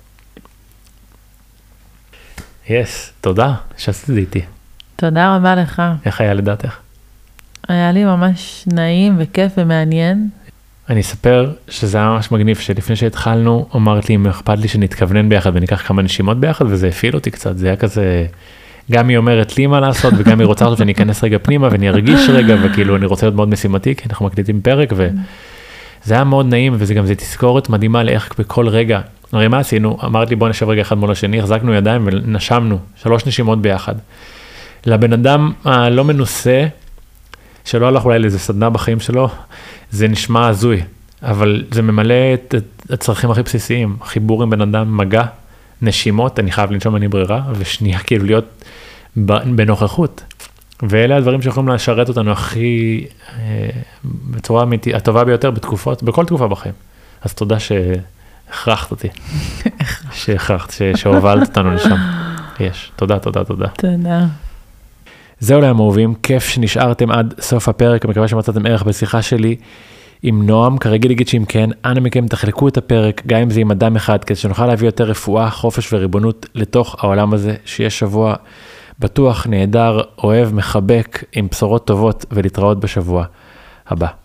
יס, תודה שעשית את זה איתי. תודה רבה לך. איך היה לדעתך? היה לי ממש נעים וכיף ומעניין. אני אספר שזה היה ממש מגניב, שלפני שהתחלנו, אמרת לי אם אכפת לי שנתכוונן ביחד וניקח כמה נשימות ביחד, וזה הפעיל אותי קצת, זה היה כזה, גם היא אומרת לי מה לעשות, וגם היא רוצה שאני אכנס רגע פנימה, ואני ארגיש רגע, וכאילו אני רוצה להיות מאוד משימתי, כי אנחנו מקליטים פרק, וזה היה מאוד נעים, וזה גם זה תזכורת מדהימה לאיך בכל רגע, הרי מה עשינו? אמרת לי בוא נשב רגע אחד מול השני, החזקנו ידיים ונשמנו, שלוש נשימות ביחד. לבן אדם הלא מנוסה, שלא הלך אולי לאיזה סדנה בחיים שלו, זה נשמע הזוי, אבל זה ממלא את, את הצרכים הכי בסיסיים, חיבור עם בן אדם, מגע, נשימות, אני חייב לנשום אני ברירה, ושנייה כאילו להיות בנוכחות. ואלה הדברים שיכולים לשרת אותנו הכי, בצורה אמיתית, הטובה ביותר בתקופות, בכל תקופה בחיים. אז תודה שהכרחת אותי, שהכרחת, שהובלת אותנו לשם. יש, תודה, תודה, תודה. תודה. זהו להם אהובים, כיף שנשארתם עד סוף הפרק, מקווה שמצאתם ערך בשיחה שלי עם נועם, כרגיל להגיד שאם כן, אנא מכם תחלקו את הפרק, גם אם זה עם אדם אחד, כדי שנוכל להביא יותר רפואה, חופש וריבונות לתוך העולם הזה, שיש שבוע בטוח, נהדר, אוהב, מחבק, עם בשורות טובות, ולהתראות בשבוע הבא.